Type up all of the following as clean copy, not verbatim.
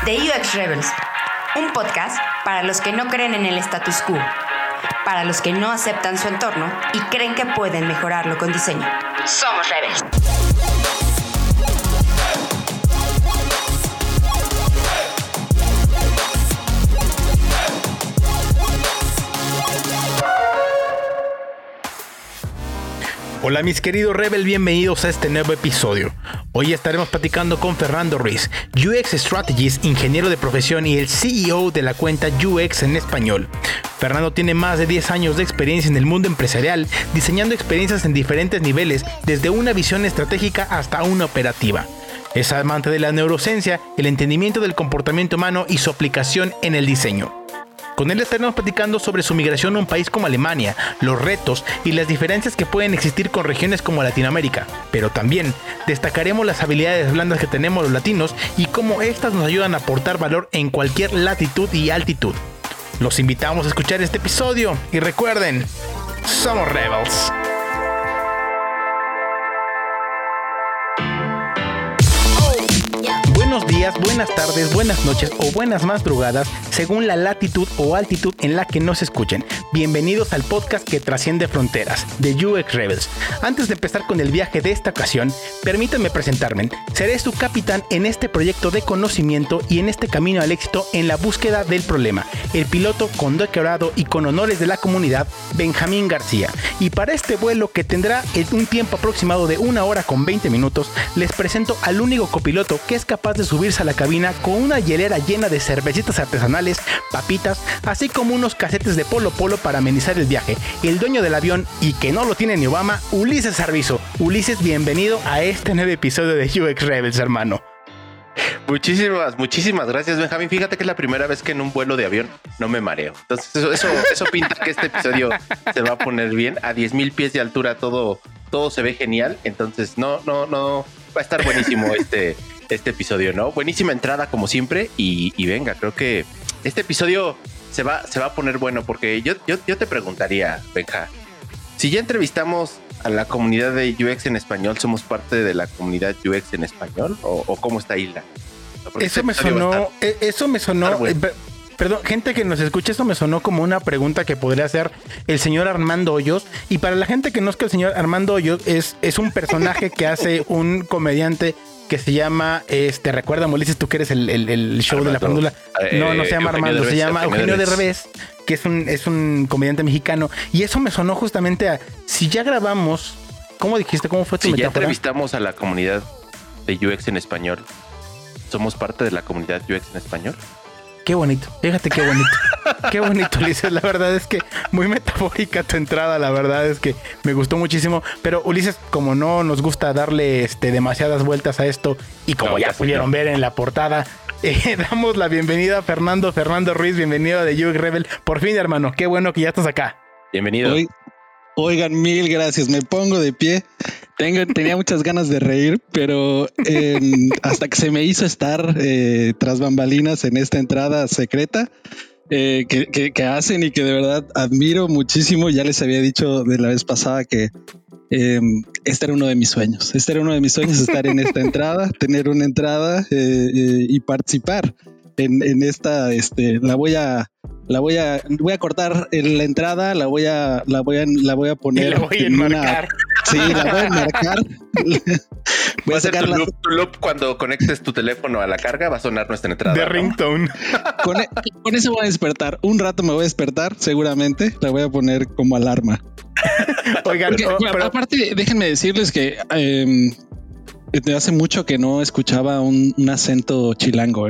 The UX Rebels, un podcast para los que no creen en el status quo, para los que no aceptan su entorno y creen que pueden mejorarlo con diseño. Somos Rebels. Hola mis queridos Rebel, bienvenidos a este nuevo episodio. Hoy estaremos platicando con Fernando Ruiz, UX Strategist, ingeniero de profesión y el CEO de la cuenta UX en español. Fernando tiene más de 10 años de experiencia en el mundo empresarial, diseñando experiencias en diferentes niveles, desde una visión estratégica hasta una operativa. Es amante de la neurociencia, el entendimiento del comportamiento humano y su aplicación en el diseño. Con él estaremos platicando sobre su migración a un país como Alemania, los retos y las diferencias que pueden existir con regiones como Latinoamérica, pero también destacaremos las habilidades blandas que tenemos los latinos y cómo estas nos ayudan a aportar valor en cualquier latitud y altitud. Los invitamos a escuchar este episodio y recuerden, somos Rebels. Buenos días, buenas tardes, buenas noches o buenas madrugadas, según la latitud o altitud en la que nos escuchen. Bienvenidos al podcast que trasciende fronteras, de UX Rebels. Antes de empezar con el viaje de esta ocasión, permítanme presentarme. Seré su capitán en este proyecto de conocimiento y en este camino al éxito en la búsqueda del problema. El piloto condecorado y con honores de la comunidad, Benjamín García. Y para este vuelo que tendrá un tiempo aproximado de 1 hora con 20 minutos, les presento al único copiloto que es capaz de subirse a la cabina con una hielera llena de cervecitas artesanales, papitas, así como unos casetes de Polo Polo para amenizar el viaje. El dueño del avión, y que no lo tiene ni Obama, Ulises Arvizo. Ulises, bienvenido a este nuevo episodio de UX Rebels, hermano. Muchísimas gracias, Benjamín. Fíjate que es la primera vez que en un vuelo de avión no me mareo. Entonces eso pinta que este episodio se va a poner bien. A 10,000 pies de altura todo se ve genial. Entonces no va a estar buenísimo este episodio, ¿no? Buenísima entrada como siempre y venga, creo que este episodio se va a poner bueno porque yo te preguntaría, Benja, si ya entrevistamos a la comunidad de UX en español, ¿somos parte de la comunidad UX en español o cómo está Isla? Eso me sonó, perdón, gente que nos escucha, eso me sonó como una pregunta que podría hacer el señor Armando Hoyos. Y para la gente que no es que el señor Armando Hoyos es un personaje que hace un comediante que se llama, recuerda, Ulises, tú que eres el show Armando, de la farándula. No se llama Armando, se llama Eugenio Derbez, que es un comediante mexicano. Y eso me sonó justamente a, si ya grabamos, ¿cómo dijiste? ¿Cómo fue tu metáfora? Si ya entrevistamos a la comunidad de UX en español, ¿somos parte de la comunidad UX en español? Qué bonito, fíjate qué bonito. Qué bonito, Ulises. La verdad es que muy metafórica tu entrada. La verdad es que me gustó muchísimo. Pero Ulises, como no nos gusta darle demasiadas vueltas a esto y como ya pudieron ver en la portada, damos la bienvenida a Fernando Ruiz. Bienvenido a The UX Rebel. Por fin, hermano, qué bueno que ya estás acá. Bienvenido. Oigan, mil gracias. Me pongo de pie. Tenía muchas ganas de reír, pero hasta que se me hizo estar tras bambalinas en esta entrada secreta que hacen y que de verdad admiro muchísimo. Ya les había dicho de la vez pasada que este era uno de mis sueños. Estar en esta entrada, tener una entrada y participar en esta. Voy a cortar la entrada, la voy a poner. Y la voy a enmarcar. Sí, la voy a enmarcar. Voy a hacer tu loop cuando conectes tu teléfono a la carga, va a sonar nuestra entrada. De ringtone. Con eso voy a despertar. Un rato me voy a despertar, seguramente. La voy a poner como alarma. Oigan, pero aparte, déjenme decirles que hace mucho que no escuchaba un acento chilango,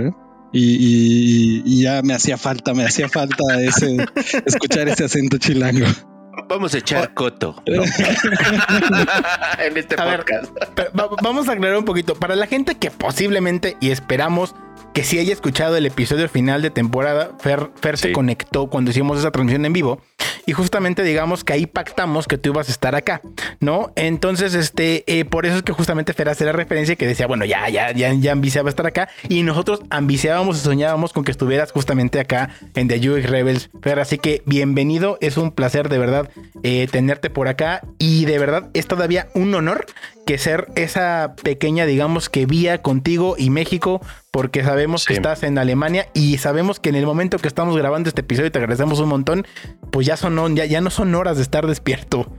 y ya me hacía falta escuchar ese acento chilango. Vamos a echar coto, ¿no? En este podcast. Vamos a aclarar un poquito. Para la gente que posiblemente y esperamos que sí haya escuchado el episodio final de temporada, Fer se conectó cuando hicimos esa transmisión en vivo. Y justamente digamos que ahí pactamos que tú ibas a estar acá, ¿no? Entonces, por eso es que justamente Fer hace la referencia que decía, bueno, ya ambiciaba estar acá. Y nosotros ambiciábamos y soñábamos con que estuvieras justamente acá en The UX Rebels, Fer. Así que bienvenido, es un placer de verdad tenerte por acá. Y de verdad es todavía un honor que ser esa pequeña, digamos que vía contigo y México, porque sabemos que estás en Alemania y sabemos que en el momento que estamos grabando este episodio, y te agradecemos un montón, pues ya no son horas de estar despierto.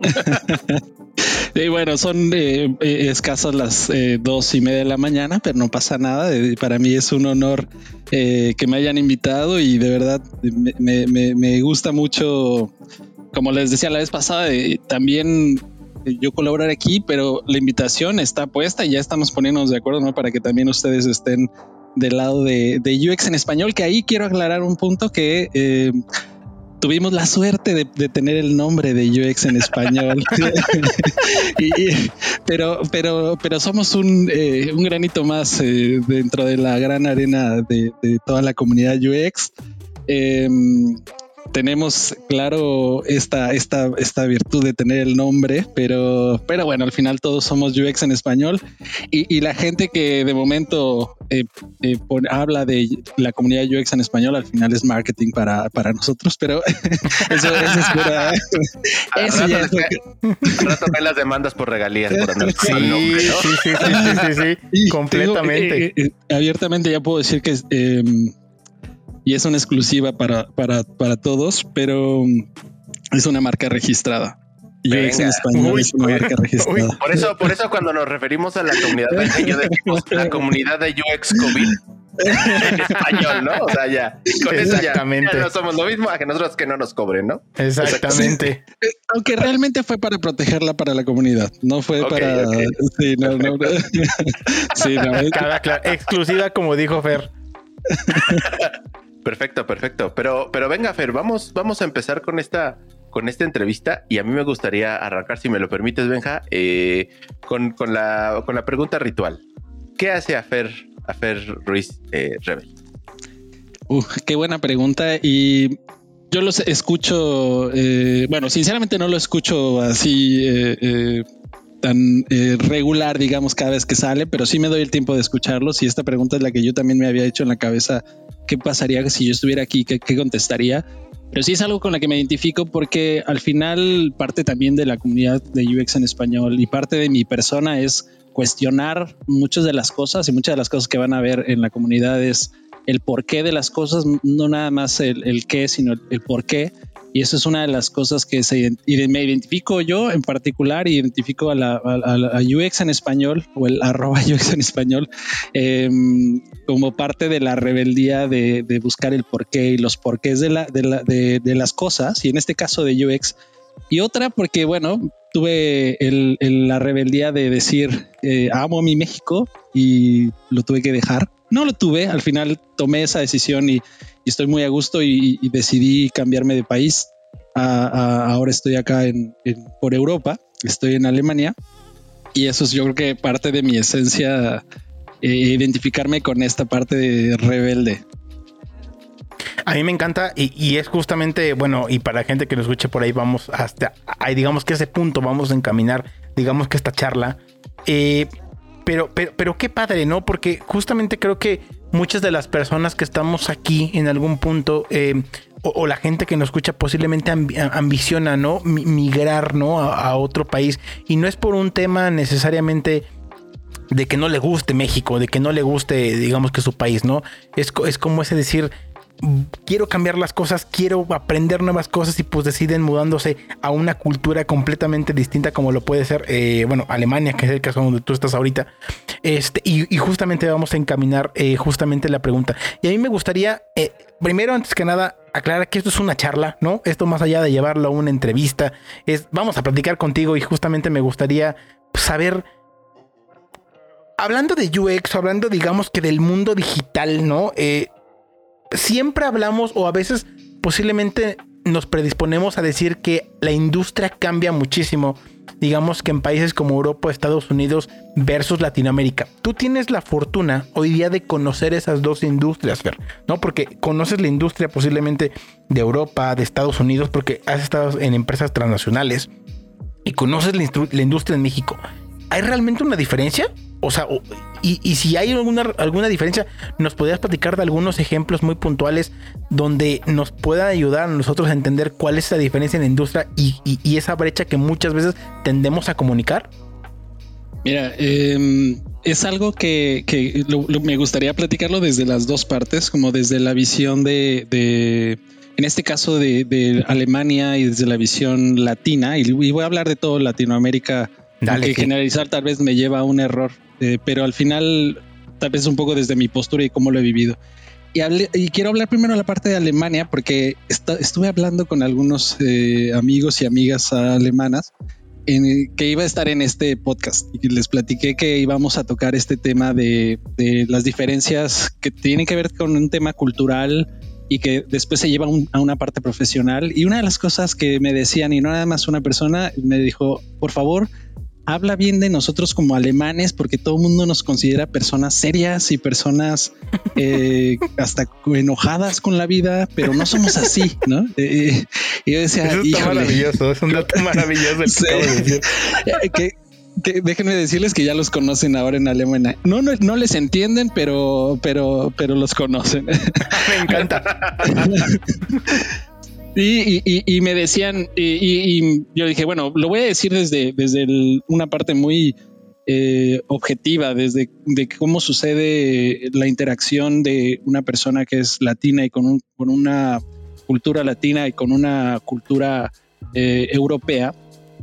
Y bueno, son escasas las 2:30 de la mañana, pero no pasa nada. Para mí es un honor que me hayan invitado y de verdad me gusta mucho, como les decía la vez pasada, también yo colaborar aquí, pero la invitación está puesta y ya estamos poniéndonos de acuerdo, ¿no? Para que también ustedes estén del lado de UX en español, que ahí quiero aclarar un punto que tuvimos la suerte de tener el nombre de UX en español. pero somos un granito más dentro de la gran arena de toda la comunidad UX. Tenemos claro esta virtud de tener el nombre, pero bueno, al final todos somos UX en español y la gente que de momento habla de la comunidad UX en español al final es marketing para nosotros, pero eso es pura. Eso ya es al rato ven las demandas por regalías por andar con el nombre, ¿no? Sí, completamente. Abiertamente ya puedo decir que y es una exclusiva para todos, pero es una marca registrada. UX en español es una marca registrada. Por eso cuando nos referimos a la comunidad de diseño decimos la comunidad de UX COVID en español, ¿no? O sea, ya. Con eso ya no somos lo mismo a que nosotros que no nos cobren, ¿no? Exactamente. Aunque realmente fue para protegerla para la comunidad, no fue para. Sí, no. Sí, no. Claro. Exclusiva, como dijo Fer. Perfecto. Pero venga, Fer, vamos a empezar con esta entrevista y a mí me gustaría arrancar, si me lo permites, Benja, con la pregunta ritual. ¿Qué hace a Fer Ruiz Rebel? Qué buena pregunta y yo los escucho, bueno, sinceramente no lo escucho así tan regular, digamos, cada vez que sale, pero sí me doy el tiempo de escucharlos y esta pregunta es la que yo también me había hecho en la cabeza. ¿Qué pasaría si yo estuviera aquí? ¿Qué contestaría? Pero sí es algo con la que me identifico porque al final parte también de la comunidad de UX en español y parte de mi persona es cuestionar muchas de las cosas y muchas de las cosas que van a ver en la comunidad es el porqué de las cosas, no nada más el qué, sino el porqué. Y eso es una de las cosas que me identifico yo en particular, identifico a UX en español o el @UX en español como parte de la rebeldía de buscar el porqué y los porqués de las cosas, y en este caso de UX. Y otra porque, bueno, tuve la rebeldía de decir amo a mi México y lo tuve que dejar. No lo tuve, al final tomé esa decisión y estoy muy a gusto y decidí cambiarme de país. Ahora estoy acá por Europa, estoy en Alemania y eso es, yo creo que parte de mi esencia, identificarme con esta parte de rebelde. A mí me encanta y es justamente, bueno, y para la gente que lo escuche por ahí, vamos hasta ahí, digamos que ese punto vamos a encaminar, digamos que esta charla. Pero qué padre, ¿no? Porque justamente creo que muchas de las personas que estamos aquí en algún punto, o la gente que nos escucha posiblemente ambiciona, ¿no? Migrar, ¿no? A otro país. Y no es por un tema necesariamente de que no le guste México, de que no le guste, digamos que su país, ¿no? Es como ese decir, quiero cambiar las cosas, quiero aprender nuevas cosas y pues deciden mudándose a una cultura completamente distinta como lo puede ser, bueno, Alemania, que es el caso donde tú estás ahorita. Y justamente vamos a encaminar justamente la pregunta. Y a mí me gustaría, primero, antes que nada, aclarar que esto es una charla, ¿no? Esto más allá de llevarlo a una entrevista, vamos a platicar contigo y justamente me gustaría saber, hablando de UX, hablando digamos que del mundo digital, ¿no? Siempre hablamos o a veces posiblemente nos predisponemos a decir que la industria cambia muchísimo, digamos que en países como Europa, Estados Unidos versus Latinoamérica. Tú tienes la fortuna hoy día de conocer esas dos industrias, Fer, ¿no? Porque conoces la industria posiblemente de Europa, de Estados Unidos, porque has estado en empresas transnacionales y conoces la industria en México. ¿Hay realmente una diferencia? O sea, y si hay alguna diferencia, ¿nos podrías platicar de algunos ejemplos muy puntuales donde nos puedan ayudar a nosotros a entender cuál es la diferencia en la industria y esa brecha que muchas veces tendemos a comunicar? Mira, es algo que me gustaría platicarlo desde las dos partes, como desde la visión de en este caso de Alemania y desde la visión latina, y voy a hablar de todo Latinoamérica. Dale, que generalizar tal vez me lleva a un error, pero al final tal vez un poco desde mi postura y cómo lo he vivido. Y quiero hablar primero de la parte de Alemania porque estuve hablando con algunos amigos y amigas alemanas que iba a estar en este podcast y les platiqué que íbamos a tocar este tema de las diferencias que tienen que ver con un tema cultural y que después se lleva a una parte profesional. Y una de las cosas que me decían, y no nada más una persona, me dijo, por favor, habla bien de nosotros como alemanes, porque todo el mundo nos considera personas serias y personas hasta enojadas con la vida, pero no somos así, ¿no? Y yo decía, eso está maravilloso, es un dato maravilloso el que acabo de decir. Que déjenme decirles que ya los conocen ahora en Alemania. No les entienden, pero los conocen. Me encanta. Y me decían, y yo dije, bueno, lo voy a decir desde una parte muy objetiva, de cómo sucede la interacción de una persona que es latina y con una cultura latina y con una cultura europea.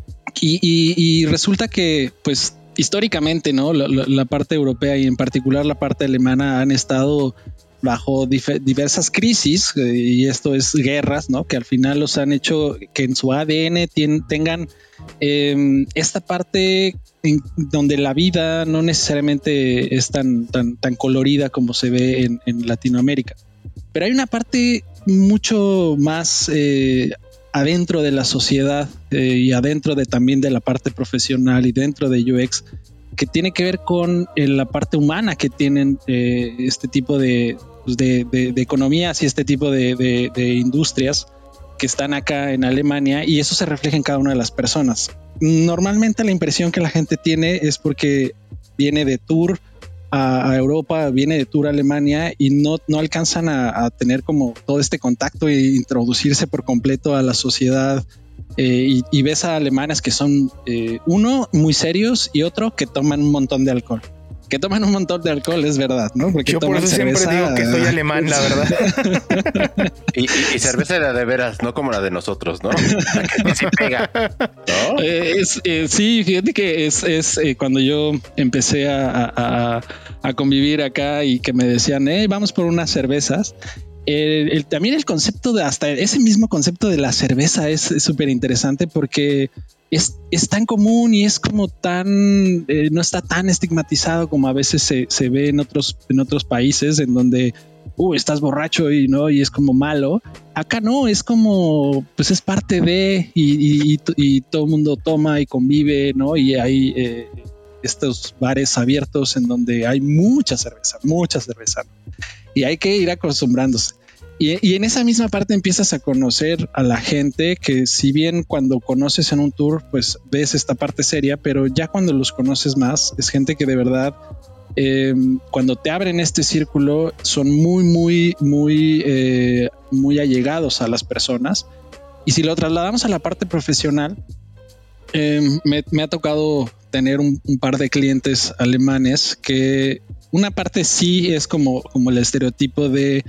Y resulta que, pues, históricamente, ¿no? La parte europea y en particular la parte alemana han estado bajo diversas crisis, y esto es guerras, ¿no? Que al final los han hecho que en su ADN tengan esta parte donde la vida no necesariamente es tan colorida como se ve en Latinoamérica. Pero hay una parte mucho más adentro de la sociedad y adentro también de la parte profesional y dentro de UX, que tiene que ver con la parte humana que tienen este tipo de economías y este tipo de industrias que están acá en Alemania, y eso se refleja en cada una de las personas. Normalmente la impresión que la gente tiene es porque viene de tour a Europa, viene de tour a Alemania y no alcanzan a tener como todo este contacto e introducirse por completo a la sociedad. Y ves a alemanes que son uno, muy serios, y otro que toman un montón de alcohol. Que toman un montón de alcohol, es verdad, ¿no? Porque yo por eso cerveza, siempre digo que soy alemán, la verdad. y cerveza era de veras, no como la de nosotros, ¿no? La que sí pega, ¿no? Sí, fíjate que es cuando yo empecé a convivir acá y que me decían, vamos por unas cervezas. También el concepto hasta ese mismo concepto de la cerveza es súper interesante porque es tan común y es como tan no está tan estigmatizado como a veces se ve en otros países en donde estás borracho y es como malo. Acá no, es como pues es parte de y todo el mundo toma y convive, ¿no? Y hay estos bares abiertos en donde hay mucha cerveza, ¿no? Y hay que ir acostumbrándose. Y en esa misma parte empiezas a conocer a la gente que, si bien cuando conoces en un tour, pues ves esta parte seria, pero ya cuando los conoces más, es gente que de verdad, cuando te abren este círculo, son muy allegados a las personas. Y si lo trasladamos a la parte profesional, me ha tocado tener un par de clientes alemanes que una parte sí es como el estereotipo de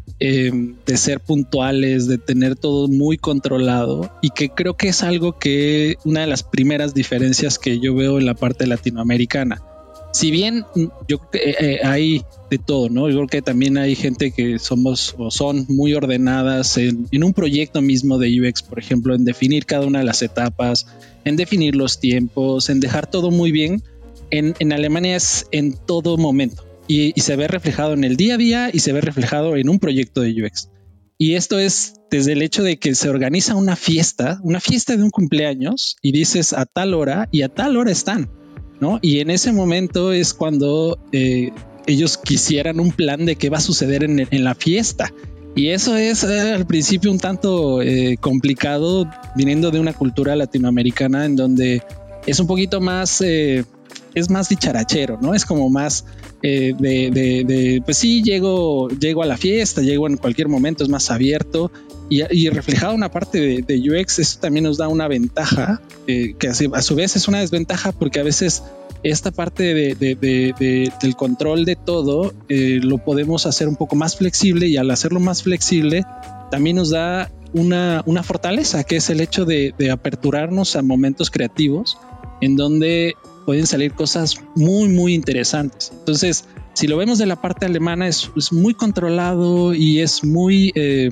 ser puntuales, de tener todo muy controlado, y que creo que es algo que una de las primeras diferencias que yo veo en la parte latinoamericana. Si bien yo creo que hay de todo, ¿no? Yo creo que también hay gente que somos o son muy ordenadas en un proyecto mismo de UX, por ejemplo, en definir cada una de las etapas, en definir los tiempos, en dejar todo muy bien. En Alemania es en todo momento. Y se ve reflejado en el día a día y se ve reflejado en un proyecto de UX. Y esto es desde el hecho de que se organiza una fiesta de un cumpleaños, y dices a tal hora y a tal hora están, ¿no? Y en ese momento es cuando ellos quisieran un plan de qué va a suceder en la fiesta. Y eso es al principio un tanto complicado, viniendo de una cultura latinoamericana en donde es un poquito más... es más dicharachero, ¿no? Es como más pues sí, llego a la fiesta, llego en cualquier momento, es más abierto. y reflejado una parte de UX, eso también nos da una ventaja, que a su vez es una desventaja, porque a veces esta parte del control de todo lo podemos hacer un poco más flexible, y al hacerlo más flexible también nos da una fortaleza, que es el hecho de aperturarnos a momentos creativos en donde pueden salir cosas muy, muy interesantes. Entonces, si lo vemos de la parte alemana, es muy controlado y es muy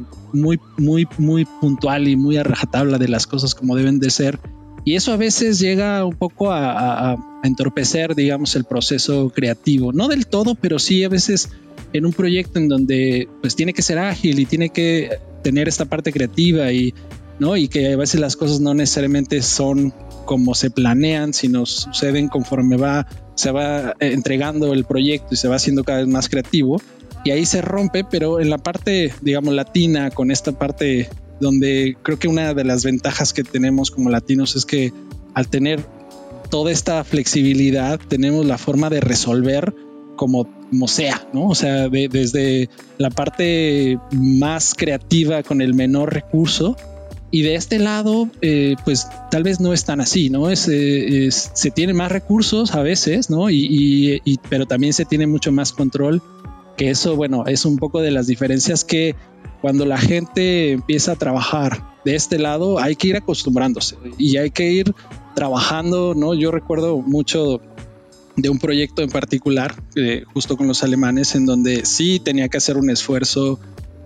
puntual y muy a rajatabla de las cosas como deben de ser. Y eso a veces llega un poco a entorpecer, digamos, el proceso creativo. No del todo, pero sí a veces en un proyecto en donde pues tiene que ser ágil y tiene que tener esta parte creativa y que a veces las cosas no necesariamente son como se planean, sino suceden conforme se va entregando el proyecto y se va haciendo cada vez más creativo, y ahí se rompe. Pero en la parte, digamos, latina, con esta parte donde creo que una de las ventajas que tenemos como latinos es que al tener toda esta flexibilidad tenemos la forma de resolver como sea, ¿no? O sea, desde la parte más creativa con el menor recurso. Y de este lado, pues tal vez no es tan así, ¿no? Se tiene más recursos a veces, ¿no? Pero también se tiene mucho más control, que eso, bueno, es un poco de las diferencias que cuando la gente empieza a trabajar de este lado, hay que ir acostumbrándose y hay que ir trabajando, ¿no? Yo recuerdo mucho de un proyecto en particular, justo con los alemanes, en donde sí tenía que hacer un esfuerzo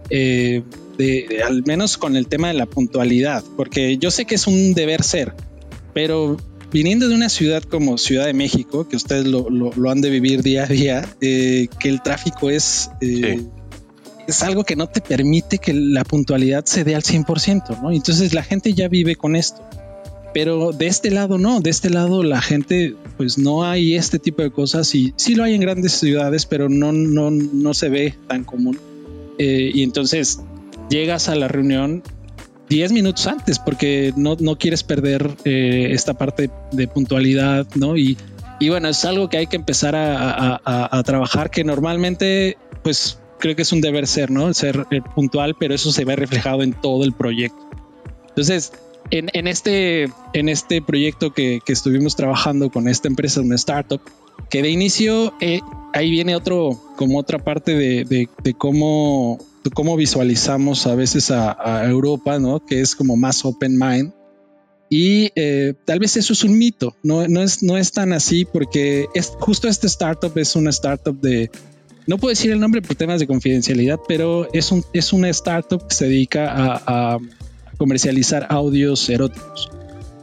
al menos con el tema de la puntualidad, porque yo sé que es un deber ser, pero viniendo de una ciudad como Ciudad de México, que ustedes lo han de vivir día a día, que el tráfico es algo que no te permite que la puntualidad se dé al 100%, ¿no? Entonces la gente ya vive con esto. Pero de este lado no, de este lado la gente pues no hay este tipo de cosas, y sí lo hay en grandes ciudades, pero no se ve tan común. Y entonces llegas a la reunión 10 minutos antes porque no quieres perder esta parte de puntualidad, ¿no? Y bueno, es algo que hay que empezar a trabajar, que normalmente pues creo que es un deber ser, ¿no? Ser puntual, pero eso se ve reflejado en todo el proyecto. Entonces, en este proyecto que estuvimos trabajando con esta empresa, una startup, que de inicio ahí viene otra parte de cómo visualizamos a veces a Europa, ¿no? Que es como más open mind, y tal vez eso es un mito, no es tan así, porque justo este startup es una startup no puedo decir el nombre por temas de confidencialidad, pero es una startup que se dedica a comercializar audios eróticos.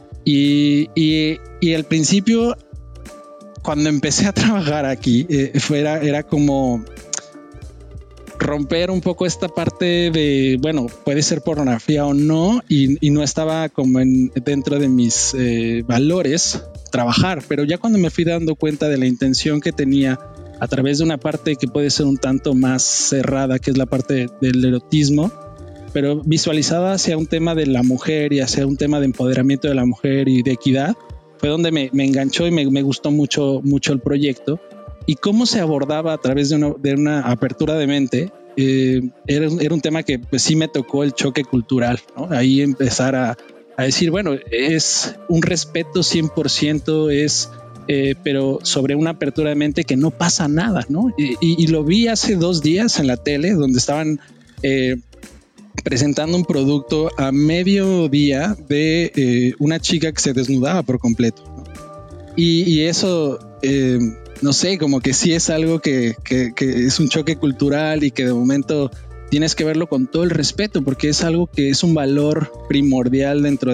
Y al principio, cuando empecé a trabajar aquí, era como romper un poco esta parte de, bueno, puede ser pornografía o no, y no estaba como dentro de mis valores trabajar, pero ya cuando me fui dando cuenta de la intención que tenía a través de una parte que puede ser un tanto más cerrada, que es la parte del erotismo, pero visualizada hacia un tema de la mujer y hacia un tema de empoderamiento de la mujer y de equidad, fue donde me enganchó y me gustó mucho el proyecto. Y cómo se abordaba a través de una apertura de mente, era un tema que pues sí me tocó el choque cultural, ¿no? Ahí empezar a decir, bueno, es un respeto 100%, pero sobre una apertura de mente que no pasa nada, ¿no? Y lo vi hace 2 días en la tele, donde estaban presentando un producto a mediodía de una chica que se desnudaba por completo, ¿no? Y eso, no sé, como que sí es algo que es un choque cultural, y que de momento tienes que verlo con todo el respeto, porque es algo que es un valor primordial dentro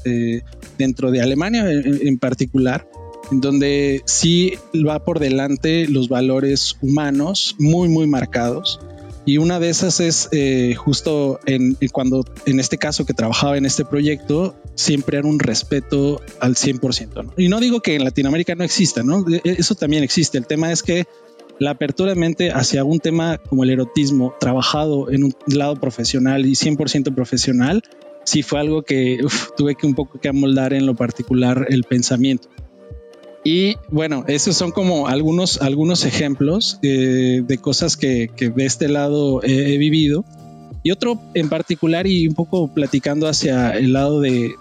de Alemania en particular, en donde sí va por delante los valores humanos muy, muy marcados. Y una de esas es justo cuando en este caso que trabajaba en este proyecto, siempre era un respeto al 100%, ¿no? Y no digo que en Latinoamérica no exista, ¿no? Eso también existe. El tema es que la apertura de mente hacia un tema como el erotismo, trabajado en un lado profesional y 100% profesional, sí fue algo que tuve que un poco que amoldar en lo particular el pensamiento. Y bueno, esos son como algunos ejemplos de cosas que de este lado he vivido. Y otro en particular, y un poco platicando hacia el lado de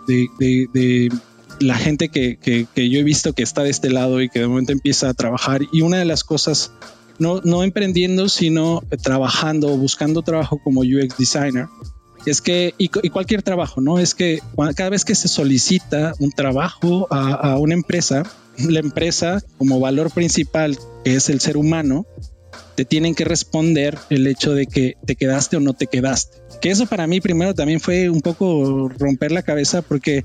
la gente que yo he visto que está de este lado y que de momento empieza a trabajar. Y una de las cosas, no emprendiendo, sino trabajando o buscando trabajo como UX designer, es que, y cualquier trabajo, ¿no? Es que cada vez que se solicita un trabajo a una empresa, la empresa, como valor principal, que es el ser humano, te tienen que responder el hecho de que te quedaste o no te quedaste. Que eso para mí primero también fue un poco romper la cabeza, porque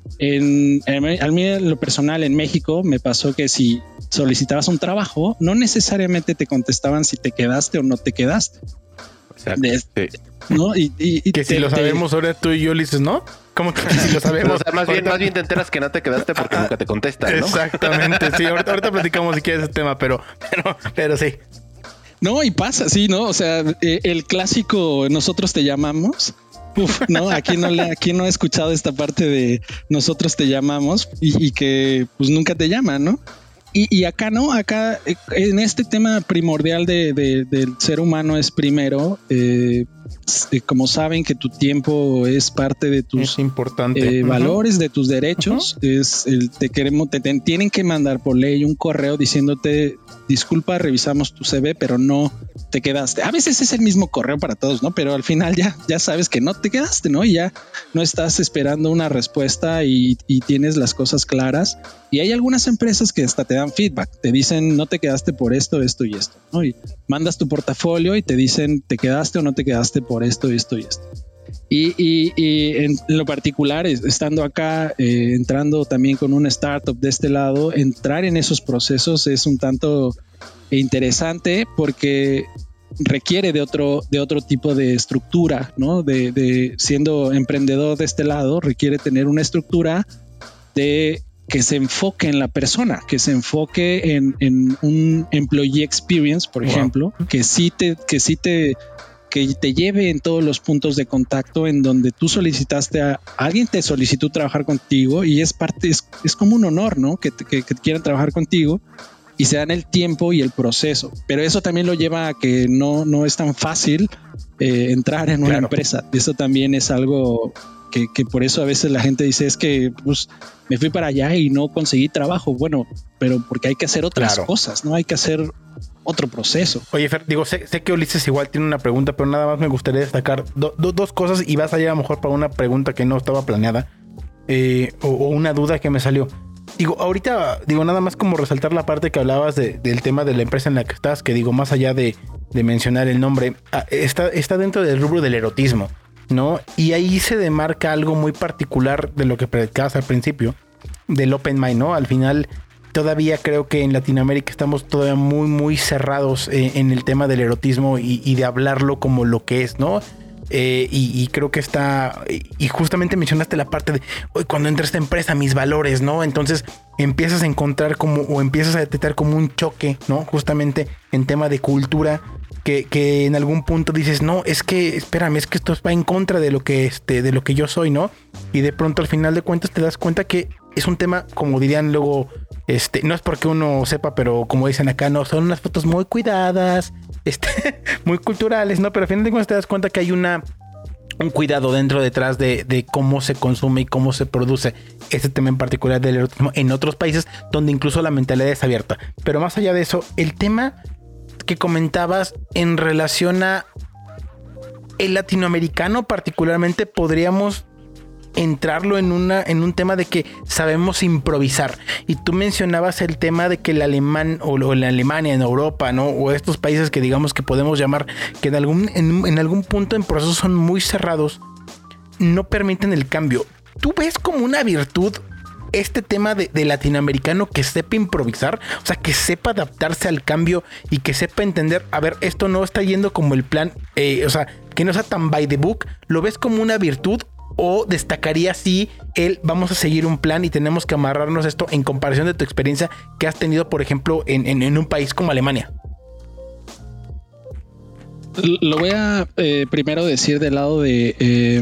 a mí en lo personal en México me pasó que si solicitabas un trabajo, no necesariamente te contestaban si te quedaste o no te quedaste. Exacto. ¿No? Y que si lo sabemos ahora tú y yo le dices, ¿no? ¿Cómo que si lo sabemos? O sea, más bien te enteras que no te quedaste porque nunca te contestan, ¿no? Exactamente, sí. Ahorita platicamos si quieres ese tema, pero sí. No, y pasa, sí, ¿no? O sea, el clásico nosotros te llamamos. Uf, no, aquí no he escuchado esta parte de nosotros te llamamos y que pues nunca te llaman, ¿no? Y acá no, acá en este tema primordial del ser humano es primero, como saben que tu tiempo es parte de tus valores, de tus derechos, te tienen que mandar por ley un correo diciéndote disculpa, revisamos tu CV, pero no te quedaste. A veces es el mismo correo para todos, ¿no? Pero al final ya sabes que no te quedaste, ¿no? Y ya no estás esperando una respuesta y tienes las cosas claras. Y hay algunas empresas que hasta te dan feedback, te dicen no te quedaste por esto, esto y esto, ¿no? Y mandas tu portafolio y te dicen te quedaste o no te quedaste por esto, esto y esto. Y en lo particular, estando acá, entrando también con una startup de este lado, entrar en esos procesos es un tanto interesante porque requiere de otro tipo de estructura, ¿no? De siendo emprendedor de este lado, requiere tener una estructura de que se enfoque en la persona, que se enfoque en un employee experience, por ejemplo, que te lleve en todos los puntos de contacto en donde tú solicitaste alguien te solicitó trabajar contigo y es como un honor, ¿no? Que quieran trabajar contigo y se dan el tiempo y el proceso. Pero eso también lo lleva a que no es tan fácil entrar en una empresa. Eso también es algo que por eso a veces la gente dice es que pues, me fui para allá y no conseguí trabajo. Bueno, pero porque hay que hacer otras cosas, ¿no? Hay que hacer otro proceso. Oye, Fer, digo, sé que Ulises igual tiene una pregunta, pero nada más me gustaría destacar dos cosas y vas allá a lo mejor para una pregunta que no estaba planeada o una duda que me salió. Digo, ahorita, nada más como resaltar la parte que hablabas del tema de la empresa en la que estás, que digo, más allá de mencionar el nombre, está dentro del rubro del erotismo, ¿no? Y ahí se demarca algo muy particular de lo que predicabas al principio, del open mind, ¿no? Al final, todavía creo que en Latinoamérica estamos todavía muy, muy cerrados en el tema del erotismo y de hablarlo como lo que es, ¿no? Y creo que está... Y justamente mencionaste la parte de hoy cuando entra esta empresa, mis valores, ¿no? Entonces empiezas a encontrar empiezas a detectar como un choque, ¿no? Justamente en tema de cultura que en algún punto dices, no, es que, espérame, es que esto va en contra de lo que yo soy, ¿no? Y de pronto al final de cuentas te das cuenta que es un tema, como dirían luego, no es porque uno sepa, pero como dicen acá, no, son unas fotos muy cuidadas, muy culturales, ¿no? Pero al final de cuentas te das cuenta que hay un cuidado detrás de cómo se consume y cómo se produce este tema en particular del erotismo en otros países donde incluso la mentalidad es abierta. Pero más allá de eso, el tema que comentabas en relación a el latinoamericano particularmente, podríamos entrarlo en un tema de que sabemos improvisar. Y tú mencionabas el tema de que el alemán o en Alemania, en Europa, ¿no? O estos países que digamos que podemos llamar que en algún punto en procesos son muy cerrados, no permiten el cambio. ¿Tú ves como una virtud este tema de latinoamericano que sepa improvisar? O sea, que sepa adaptarse al cambio y que sepa entender, a ver, esto no está yendo como el plan, o sea, que no sea tan by the book. ¿Lo ves como una virtud? ¿O destacaría si vamos a seguir un plan y tenemos que amarrarnos esto en comparación de tu experiencia que has tenido, por ejemplo, en un país como Alemania? Lo voy a primero decir del lado de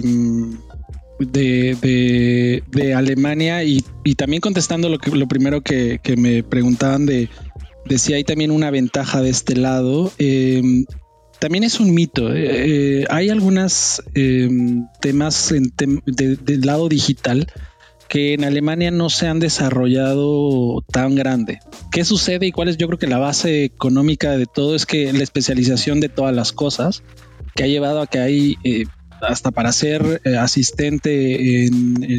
Alemania y también contestando lo primero que me preguntaban de si hay también una ventaja de este lado. también es un mito. Hay algunos temas del lado digital que en Alemania no se han desarrollado tan grande. ¿Qué sucede y cuál es? Yo creo que la base económica de todo es que la especialización de todas las cosas que ha llevado a que hay hasta para ser asistente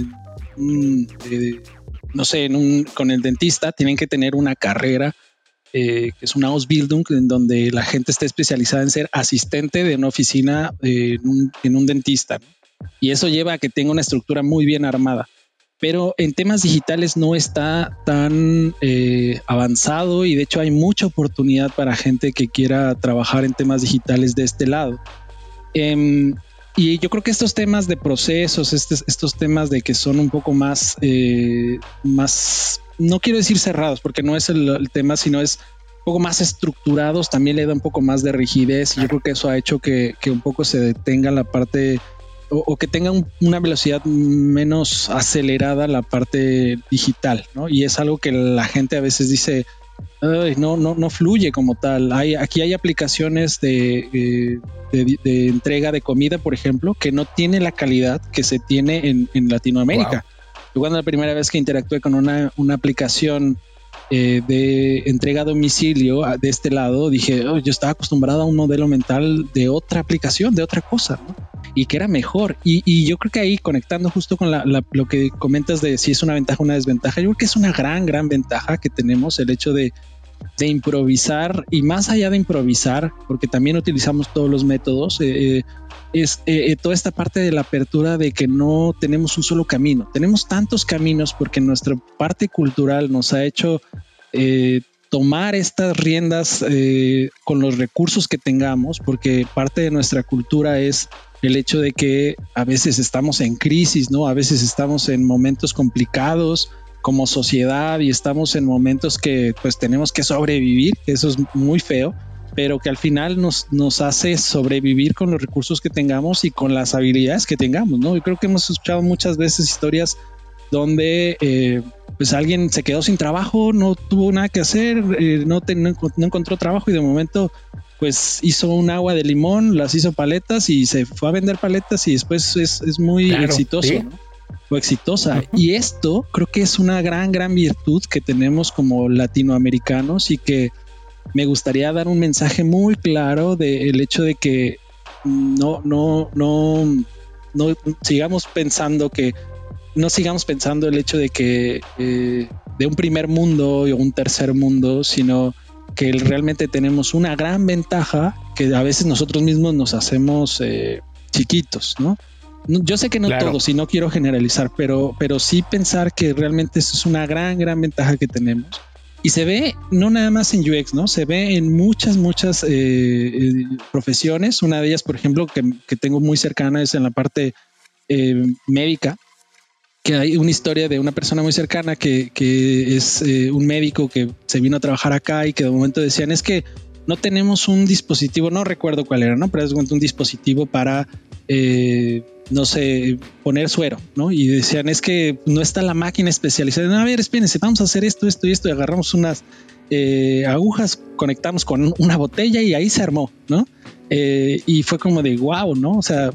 con el dentista tienen que tener una carrera que es una Ausbildung, en donde la gente está especializada en ser asistente de una oficina en un dentista, ¿no? Y eso lleva a que tenga una estructura muy bien armada. Pero en temas digitales no está tan avanzado, y de hecho hay mucha oportunidad para gente que quiera trabajar en temas digitales de este lado. Y yo creo que estos temas de procesos, estos temas de que son un poco más, no quiero decir cerrados, porque no es el tema, sino es un poco más estructurados, también le da un poco más de rigidez. Y yo creo que eso ha hecho que un poco se detenga la parte, o que tenga una velocidad menos acelerada la parte digital, ¿no? Y es algo que la gente a veces dice, no fluye como tal. Aquí hay aplicaciones de entrega de comida, por ejemplo, que no tiene la calidad que se tiene en Latinoamérica. Wow. Yo cuando la primera vez que interactué con una aplicación de entrega a domicilio de este lado, dije, yo estaba acostumbrado a un modelo mental de otra aplicación, de otra cosa, ¿no? Y que era mejor. Y yo creo que ahí, conectando justo con lo que comentas de si es una ventaja o una desventaja, yo creo que es una gran ventaja que tenemos el hecho de improvisar, y más allá de improvisar, porque también utilizamos todos los métodos, es toda esta parte de la apertura de que no tenemos un solo camino, tenemos tantos caminos, porque nuestra parte cultural nos ha hecho tomar estas riendas con los recursos que tengamos, porque parte de nuestra cultura es el hecho de que a veces estamos en crisis, ¿no? A veces estamos en momentos complicados como sociedad, y estamos en momentos que pues tenemos que sobrevivir, que eso es muy feo, pero que al final nos hace sobrevivir con los recursos que tengamos y con las habilidades que tengamos, ¿no? Yo creo que hemos escuchado muchas veces historias donde pues alguien se quedó sin trabajo, no tuvo nada que hacer, no encontró trabajo, y de momento pues hizo un agua de limón, las hizo paletas y se fue a vender paletas, y después es muy exitoso, ¿sí? ¿No? O exitosa. Uh-huh. Y esto creo que es una gran virtud que tenemos como latinoamericanos, y que me gustaría dar un mensaje muy claro del hecho de que no sigamos pensando el hecho de que de un primer mundo o un tercer mundo, sino que realmente tenemos una gran ventaja, que a veces nosotros mismos nos hacemos chiquitos, ¿no? Yo sé que no todos, y no quiero generalizar, pero sí pensar que realmente eso es una gran ventaja que tenemos. Y se ve no nada más en UX, ¿no? Se ve en muchas profesiones. Una de ellas, por ejemplo, que tengo muy cercana, es en la parte médica, que hay una historia de una persona muy cercana que es un médico que se vino a trabajar acá, y que de momento decían, es que no tenemos un dispositivo, no recuerdo cuál era, ¿no? Pero es un dispositivo para no sé, poner suero, ¿no? Y decían, es que no está la máquina especializada. No, a ver, espérense, vamos a hacer esto y esto, y agarramos unas agujas, conectamos con una botella, y ahí se armó, ¿no? Y fue como de wow, ¿no? O sea,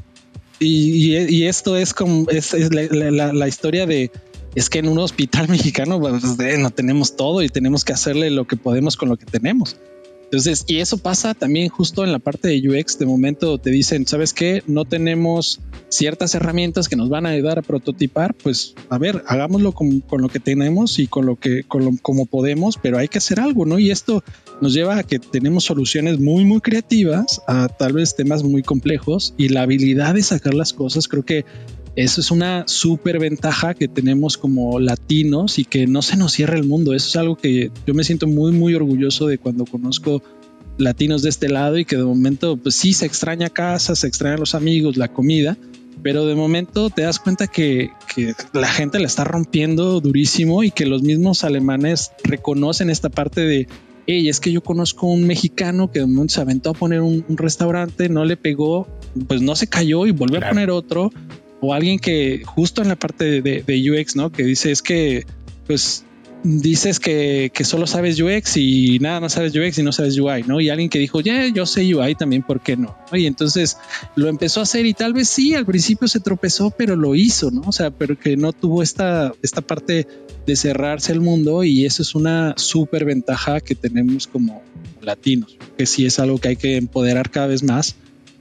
y esto es como es la historia de, es que en un hospital mexicano pues, no tenemos todo, y tenemos que hacerle lo que podemos con lo que tenemos. Entonces, y eso pasa también justo en la parte de UX. De momento te dicen, ¿sabes qué? No tenemos ciertas herramientas que nos van a ayudar a prototipar. Pues, a ver, hagámoslo con lo que tenemos y como podemos, pero hay que hacer algo, ¿no? Y esto nos lleva a que tenemos soluciones muy creativas a tal vez temas muy complejos, y la habilidad de sacar las cosas, creo que eso es una súper ventaja que tenemos como latinos, y que no se nos cierra el mundo. Eso es algo que yo me siento muy orgulloso de cuando conozco latinos de este lado, y que de momento pues sí se extraña casa, se extrañan los amigos, la comida, pero de momento te das cuenta que la gente la está rompiendo durísimo, y que los mismos alemanes reconocen esta parte de, hey, es que yo conozco un mexicano que de momento se aventó a poner un restaurante, no le pegó, pues no se cayó y volvió a poner otro. O alguien que justo en la parte de UX, ¿no? Que dice, es que pues dices que solo sabes UX y nada más sabes UX y no sabes UI, ¿no? Y alguien que dijo, yo sé UI también, ¿por qué no? Y entonces lo empezó a hacer y tal vez sí, al principio se tropezó, pero lo hizo, ¿no? O sea, pero que no tuvo esta parte de cerrarse el mundo, y eso es una súper ventaja que tenemos como latinos, que sí es algo que hay que empoderar cada vez más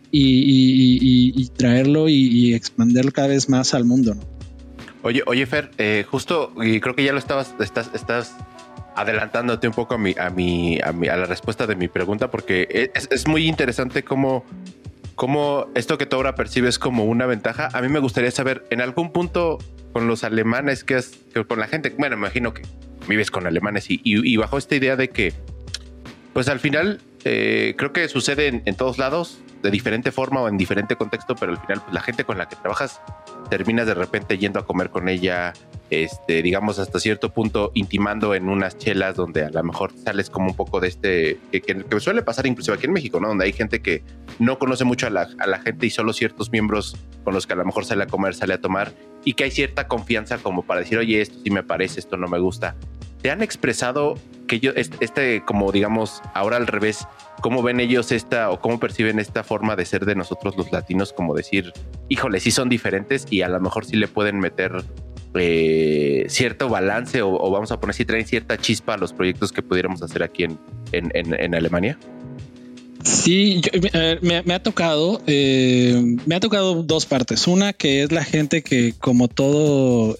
y traerlo y expandirlo cada vez más al mundo, ¿no? Oye, Fer, justo, y creo que ya lo estás adelantándote un poco a la respuesta de mi pregunta, porque es muy interesante cómo esto que tú ahora percibes como una ventaja. A mí me gustaría saber, en algún punto con los alemanes que con la gente, bueno, me imagino que vives con alemanes y bajo esta idea de que, pues al final, creo que sucede en todos lados, de diferente forma o en diferente contexto, pero al final pues, la gente con la que trabajas terminas de repente yendo a comer con ella, digamos hasta cierto punto intimando en unas chelas donde a lo mejor sales como un poco de que suele pasar inclusive aquí en México, ¿no? Donde hay gente que no conoce mucho a la gente y solo ciertos miembros con los que a lo mejor sale a comer, sale a tomar, y que hay cierta confianza como para decir, oye, esto sí me parece, esto no me gusta. ¿Te han expresado que como digamos, ahora al revés, cómo ven ellos o cómo perciben esta forma de ser de nosotros los latinos, como decir, híjole, sí son diferentes y a lo mejor sí le pueden meter cierto balance o vamos a poner si traen cierta chispa a los proyectos que pudiéramos hacer aquí en Alemania? Sí, me ha tocado dos partes. Una que es la gente que como todo...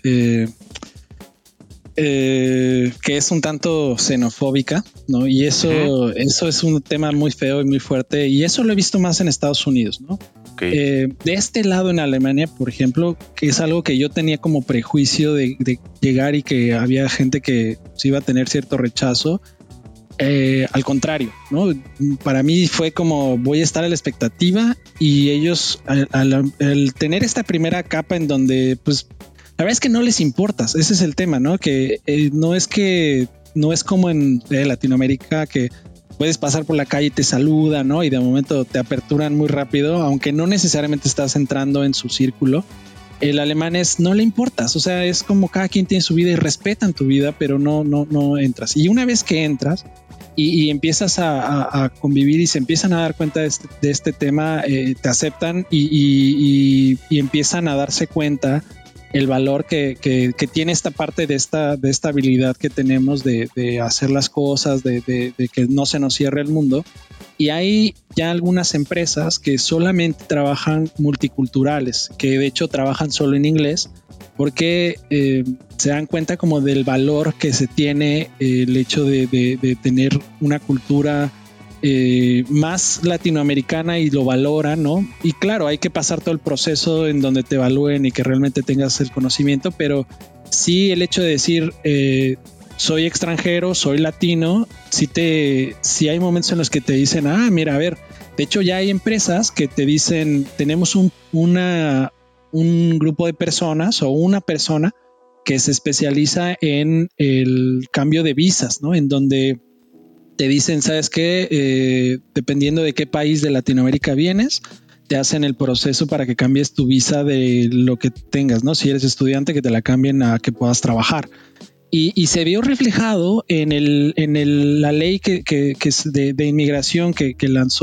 que es un tanto xenofóbica, ¿no? Y eso es un tema muy feo y muy fuerte, y eso lo he visto más en Estados Unidos, ¿no? Okay. De este lado en Alemania, por ejemplo, que es algo que yo tenía como prejuicio de llegar y que había gente que iba a tener cierto rechazo. Al contrario, ¿no? Para mí fue como voy a estar a la expectativa, y ellos al tener esta primera capa en donde pues la verdad es que no les importas. Ese es el tema, ¿no? Que no es como en Latinoamérica, que puedes pasar por la calle y te saludan, ¿no? Y de momento te aperturan muy rápido, aunque no necesariamente estás entrando en su círculo. El alemán no le importas, o sea, es como cada quien tiene su vida y respetan tu vida, pero no entras. Y una vez que entras y empiezas a convivir y se empiezan a dar cuenta de este tema, te aceptan y empiezan a darse cuenta el valor que tiene esta parte de esta habilidad que tenemos de hacer las cosas, de que no se nos cierre el mundo. Y hay ya algunas empresas que solamente trabajan multiculturales, que de hecho trabajan solo en inglés, porque se dan cuenta como del valor que se tiene el hecho de tener una cultura más latinoamericana, y lo valoran, ¿no? Y claro, hay que pasar todo el proceso en donde te evalúen y que realmente tengas el conocimiento, pero sí el hecho de decir soy extranjero, soy latino, sí hay momentos en los que te dicen, mira, a ver, de hecho ya hay empresas que te dicen, tenemos un grupo de personas o una persona que se especializa en el cambio de visas, ¿no? En donde te dicen, ¿sabes qué? Dependiendo de qué país de Latinoamérica vienes, te hacen el proceso para que cambies tu visa de lo que tengas, ¿no? Si eres estudiante, que te la cambien a que puedas trabajar. Y se vio reflejado en la ley que es de inmigración que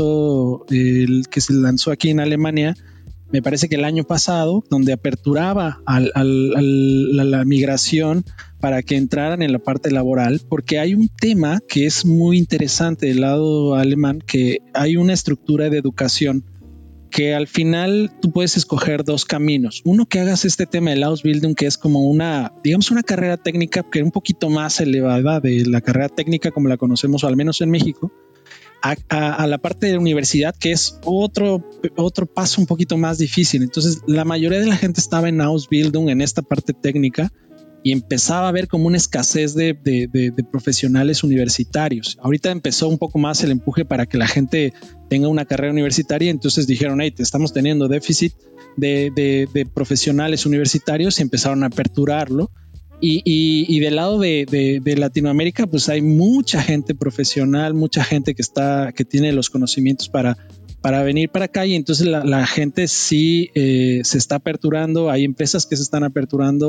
se lanzó aquí en Alemania, me parece que el año pasado, donde aperturaba a la migración para que entraran en la parte laboral, porque hay un tema que es muy interesante del lado alemán, que hay una estructura de educación que al final tú puedes escoger dos caminos. Uno, que hagas este tema del Ausbildung, que es como una carrera técnica que es un poquito más elevada de la carrera técnica como la conocemos, o al menos en México, a la parte de la universidad, que es otro paso un poquito más difícil. Entonces la mayoría de la gente estaba en Ausbildung, en esta parte técnica, y empezaba a haber como una escasez de profesionales universitarios. Ahorita empezó un poco más el empuje para que la gente tenga una carrera universitaria, entonces dijeron, hey, estamos teniendo déficit de profesionales universitarios, y empezaron a aperturarlo. Y del lado de Latinoamérica, pues hay mucha gente profesional, mucha gente que tiene los conocimientos para venir para acá, y entonces la gente sí se está aperturando. Hay empresas que se están aperturando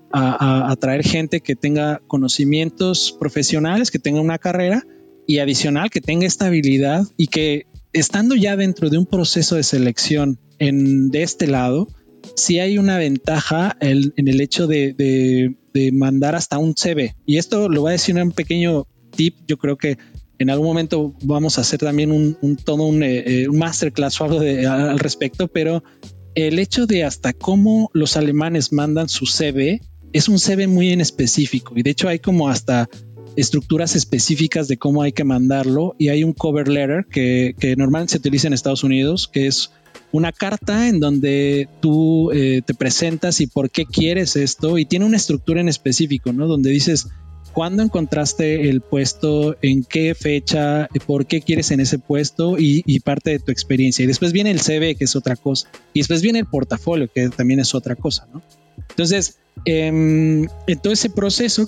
a atraer gente que tenga conocimientos profesionales, que tenga una carrera y adicional que tenga esta habilidad y que estando ya dentro de un proceso de selección de este lado, sí hay una ventaja en el hecho de mandar hasta un CV. Y esto lo voy a decir un pequeño tip. Yo creo que en algún momento vamos a hacer también un masterclass o algo al respecto, pero el hecho de hasta cómo los alemanes mandan su CV es un CV muy en específico. Y de hecho hay como hasta estructuras específicas de cómo hay que mandarlo, y hay un cover letter que normalmente se utiliza en Estados Unidos, que es una carta en donde tú te presentas y por qué quieres esto, y tiene una estructura en específico, ¿no? Donde dices cuándo encontraste el puesto, en qué fecha, por qué quieres en ese puesto y parte de tu experiencia. Y después viene el CV, que es otra cosa, y después viene el portafolio, que también es otra cosa, ¿no? Entonces, en todo ese proceso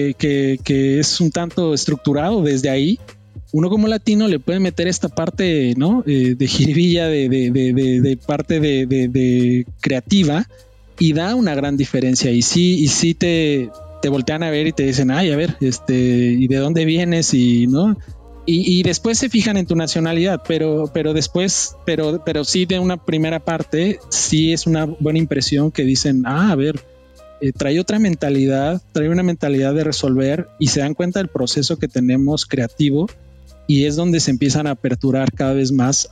que es un tanto estructurado desde ahí, uno como latino le puede meter esta parte, ¿no? De jiribilla, de parte de creativa, y da una gran diferencia. Y sí te voltean a ver y te dicen, ay, a ver, ¿y de dónde vienes? Y ¿no? Y después se fijan en tu nacionalidad, pero después, pero sí, de una primera parte, sí es una buena impresión que dicen, a ver, trae otra mentalidad, trae una mentalidad de resolver, y se dan cuenta del proceso que tenemos creativo, y es donde se empiezan a aperturar cada vez más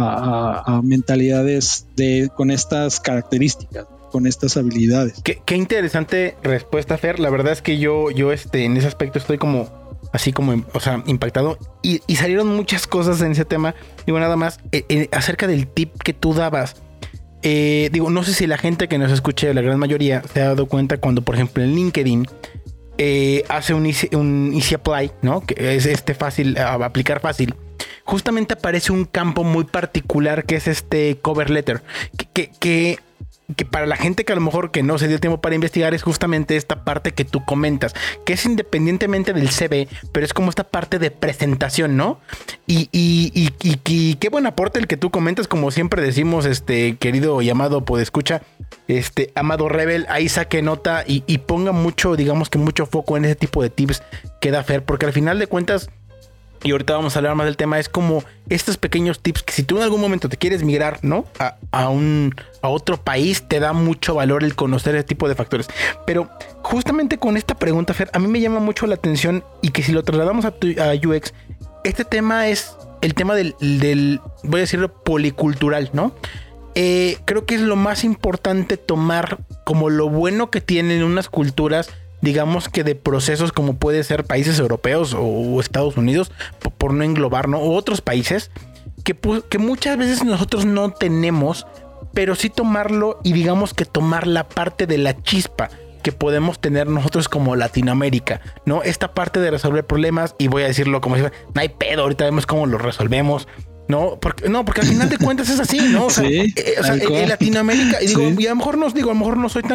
a mentalidades con estas características, con estas habilidades. Qué interesante respuesta, Fer. La verdad es que yo en ese aspecto estoy como así como, o sea, impactado, y salieron muchas cosas en ese tema. Digo, nada más acerca del tip que tú dabas. Digo, no sé si la gente que nos escuche, la gran mayoría, se ha dado cuenta cuando, por ejemplo, en LinkedIn hace un easy apply, ¿no? Que es fácil, aplicar fácil. Justamente aparece un campo muy particular que es este cover letter, que para la gente que a lo mejor que no se dio tiempo para investigar, es justamente esta parte que tú comentas, que es independientemente del CV, pero es como esta parte de presentación, ¿no? Y qué buen aporte el que tú comentas, como siempre decimos, querido y amado podescucha, amado Rebel, ahí saque nota y ponga mucho, digamos que mucho foco en ese tipo de tips que da Fer, porque al final de cuentas, y ahorita vamos a hablar más del tema, es como estos pequeños tips que si tú en algún momento te quieres migrar, ¿no? a otro país, te da mucho valor el conocer ese tipo de factores. Pero justamente con esta pregunta, Fer, a mí me llama mucho la atención, y que si lo trasladamos a UX, este tema es el tema del voy a decirlo, policultural, ¿no? Creo que es lo más importante tomar como lo bueno que tienen unas culturas, digamos que de procesos como puede ser países europeos o Estados Unidos, por no englobar, ¿no? O otros países que muchas veces nosotros no tenemos, pero sí tomarlo y digamos que tomar la parte de la chispa que podemos tener nosotros como Latinoamérica, ¿no? Esta parte de resolver problemas, y voy a decirlo como si fuera, no hay pedo, ahorita vemos cómo lo resolvemos. No, porque al final de cuentas es así, ¿no? O sea, sí, en Latinoamérica, y digo, y a lo mejor no soy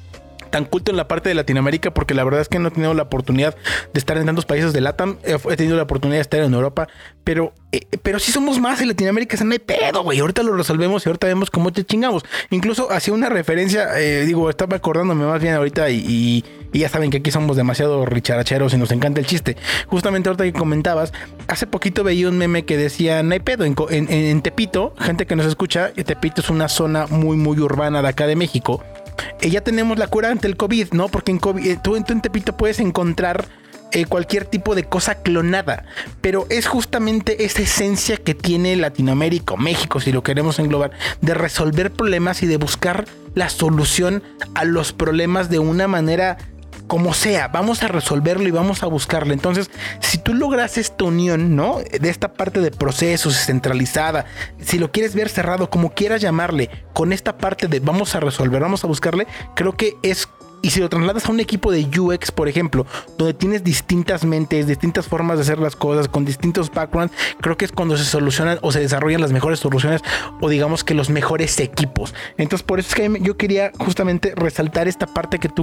tan culto en la parte de Latinoamérica, porque la verdad es que no he tenido la oportunidad de estar en tantos países de LATAM. He tenido la oportunidad de estar en Europa, pero sí somos más en Latinoamérica. No hay pedo, güey. Ahorita lo resolvemos y ahorita vemos cómo te chingamos. Incluso hacía una referencia, estaba acordándome más bien ahorita, y ya saben que aquí somos demasiado richaracheros y nos encanta el chiste. Justamente ahorita que comentabas, hace poquito veía un meme que decía, no hay pedo, en Tepito, gente que nos escucha, Tepito es una zona muy, muy urbana de acá de México. Ya tenemos la cura ante el COVID, ¿no? Porque tú en Tepito puedes encontrar cualquier tipo de cosa clonada, pero es justamente esa esencia que tiene Latinoamérica o México, si lo queremos englobar, de resolver problemas y de buscar la solución a los problemas de una manera como sea. Vamos a resolverlo y vamos a buscarlo. Entonces, si tú logras esta unión, ¿no? De esta parte de procesos centralizada, si lo quieres ver cerrado, como quieras llamarle, con esta parte de vamos a resolver, vamos a buscarle, creo que es. Y si lo trasladas a un equipo de UX, por ejemplo, donde tienes distintas mentes, distintas formas de hacer las cosas, con distintos backgrounds, creo que es cuando se solucionan o se desarrollan las mejores soluciones, o digamos que los mejores equipos. Entonces, por eso es que yo quería justamente resaltar esta parte que tú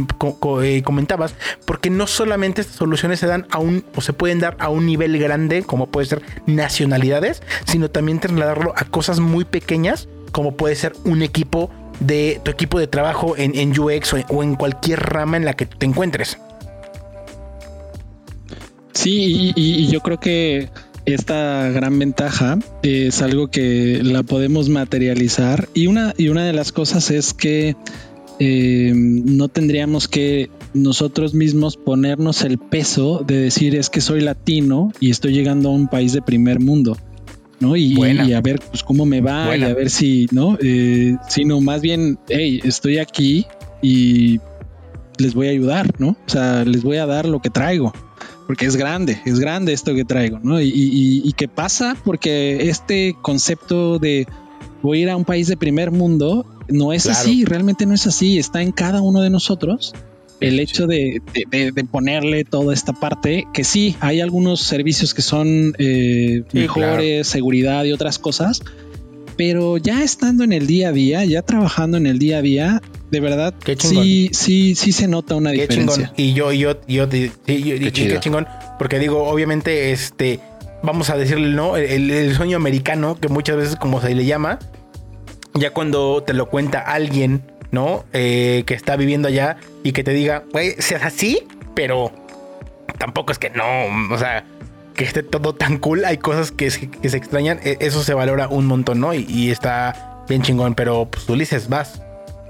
comentabas, porque no solamente estas soluciones se dan o se pueden dar a un nivel grande, como puede ser nacionalidades, sino también trasladarlo a cosas muy pequeñas, como puede ser un equipo de tu equipo de trabajo en UX o en cualquier rama en la que te encuentres. Sí, y yo creo que esta gran ventaja es algo que la podemos materializar, y una de las cosas es que no tendríamos que nosotros mismos ponernos el peso de decir es que soy latino y estoy llegando a un país de primer mundo, ¿no? Y a ver pues cómo me va. Buena. Y a ver si, ¿no? Sino más bien, hey, estoy aquí y les voy a ayudar, ¿no? O sea, les voy a dar lo que traigo, porque es grande esto que traigo, ¿no? Y qué pasa, porque este concepto de voy a ir a un país de primer mundo no es así, realmente no es así, está en cada uno de nosotros. El hecho de ponerle toda esta parte, que sí, hay algunos servicios que son mejores, seguridad y otras cosas, pero ya estando en el día a día, ya trabajando en el día a día, de verdad, sí se nota una diferencia. Chingón. Qué chingón, porque digo, obviamente, vamos a decirle, ¿no? El sueño americano, que muchas veces como se le llama, ya cuando te lo cuenta alguien, ¿no? Que está viviendo allá y que te diga, güey, seas así, pero tampoco es que no, o sea, que esté todo tan cool. Hay cosas que se extrañan, eso se valora un montón, ¿no? Y está bien chingón, pero pues Ulises, vas.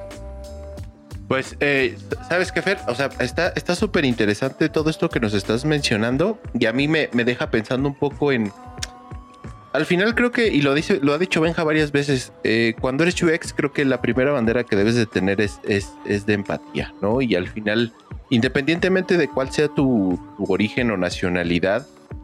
Pues, ¿sabes qué, Fer? O sea, está súper interesante todo esto que nos estás mencionando, y a mí me deja pensando un poco en... Al final creo que, y lo ha dicho Benja varias veces, cuando eres UX creo que la primera bandera que debes de tener es de empatía, ¿no? Y al final, independientemente de cuál sea tu origen o nacionalidad,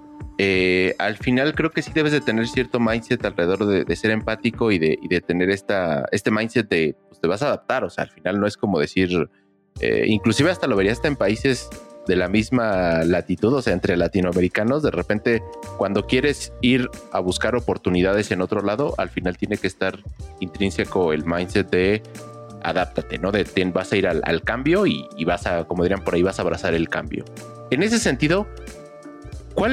al final creo que sí debes de tener cierto mindset alrededor de ser empático y de tener este mindset de pues, te vas a adaptar. O sea, al final no es como decir, inclusive hasta lo vería hasta en países de la misma latitud, o sea, entre latinoamericanos, de repente cuando quieres ir a buscar oportunidades en otro lado, al final tiene que estar intrínseco el mindset de adáptate, ¿no? Vas a ir al cambio y vas a, como dirían por ahí, vas a abrazar el cambio. En ese sentido, ¿cuál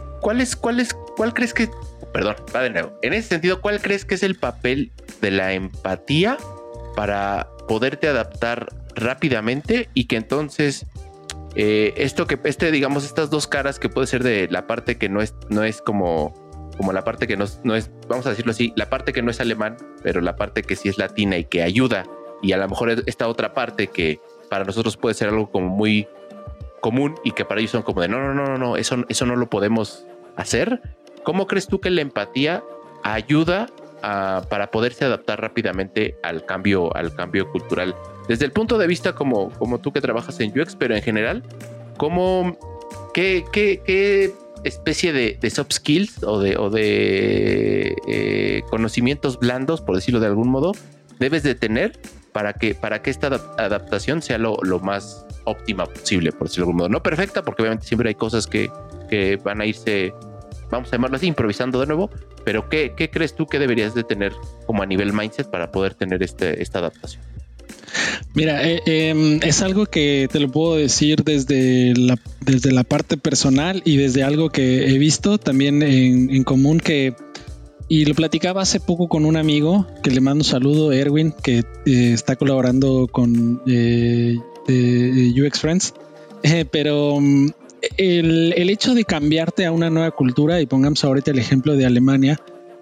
crees que, perdón, va de nuevo. En ese sentido, ¿cuál crees que es el papel de la empatía para poderte adaptar rápidamente y que entonces digamos, estas dos caras que puede ser de la parte que no es como la parte que no es, vamos a decirlo así, la parte que no es alemán, pero la parte que sí es latina y que ayuda, y a lo mejor esta otra parte que para nosotros puede ser algo como muy común y que para ellos son como de no, eso no lo podemos hacer. ¿Cómo crees tú que la empatía ayuda para poderse adaptar rápidamente al cambio cultural? Desde el punto de vista como tú que trabajas en UX, pero en general, ¿qué especie de soft skills o de conocimientos blandos, por decirlo de algún modo, debes de tener para que esta adaptación sea lo más óptima posible, por decirlo de algún modo? No perfecta, porque obviamente siempre hay cosas que van a irse, vamos a llamarlo así, improvisando de nuevo, pero ¿qué crees tú que deberías de tener como a nivel mindset para poder tener esta adaptación? Mira, es algo que te lo puedo decir desde la parte personal y desde algo que he visto también en común, y lo platicaba hace poco con un amigo que le mando un saludo, Erwin, que está colaborando con UX Friends, pero el hecho de cambiarte a una nueva cultura, y pongamos ahorita el ejemplo de Alemania,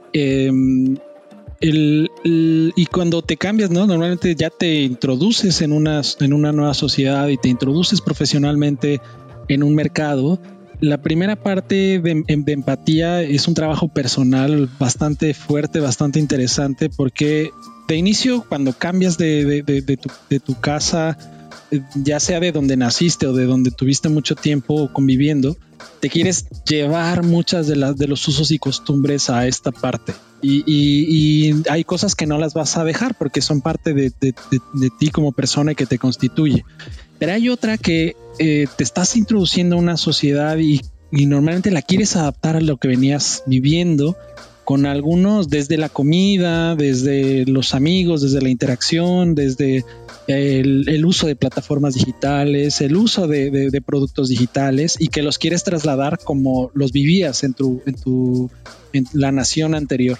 y cuando te cambias, ¿no? Normalmente ya te introduces en una nueva sociedad y te introduces profesionalmente en un mercado. La primera parte de empatía es un trabajo personal bastante fuerte, bastante interesante, porque de inicio, cuando cambias de tu casa, ya sea de donde naciste o de donde tuviste mucho tiempo conviviendo, te quieres llevar muchas de los usos y costumbres a esta parte. Y hay cosas que no las vas a dejar porque son parte de ti como persona y que te constituye. Pero hay otra que te estás introduciendo a una sociedad y normalmente la quieres adaptar a lo que venías viviendo, con algunos, desde la comida, desde los amigos, desde la interacción, desde el uso de plataformas digitales, el uso de productos digitales, y que los quieres trasladar como los vivías en la nación anterior.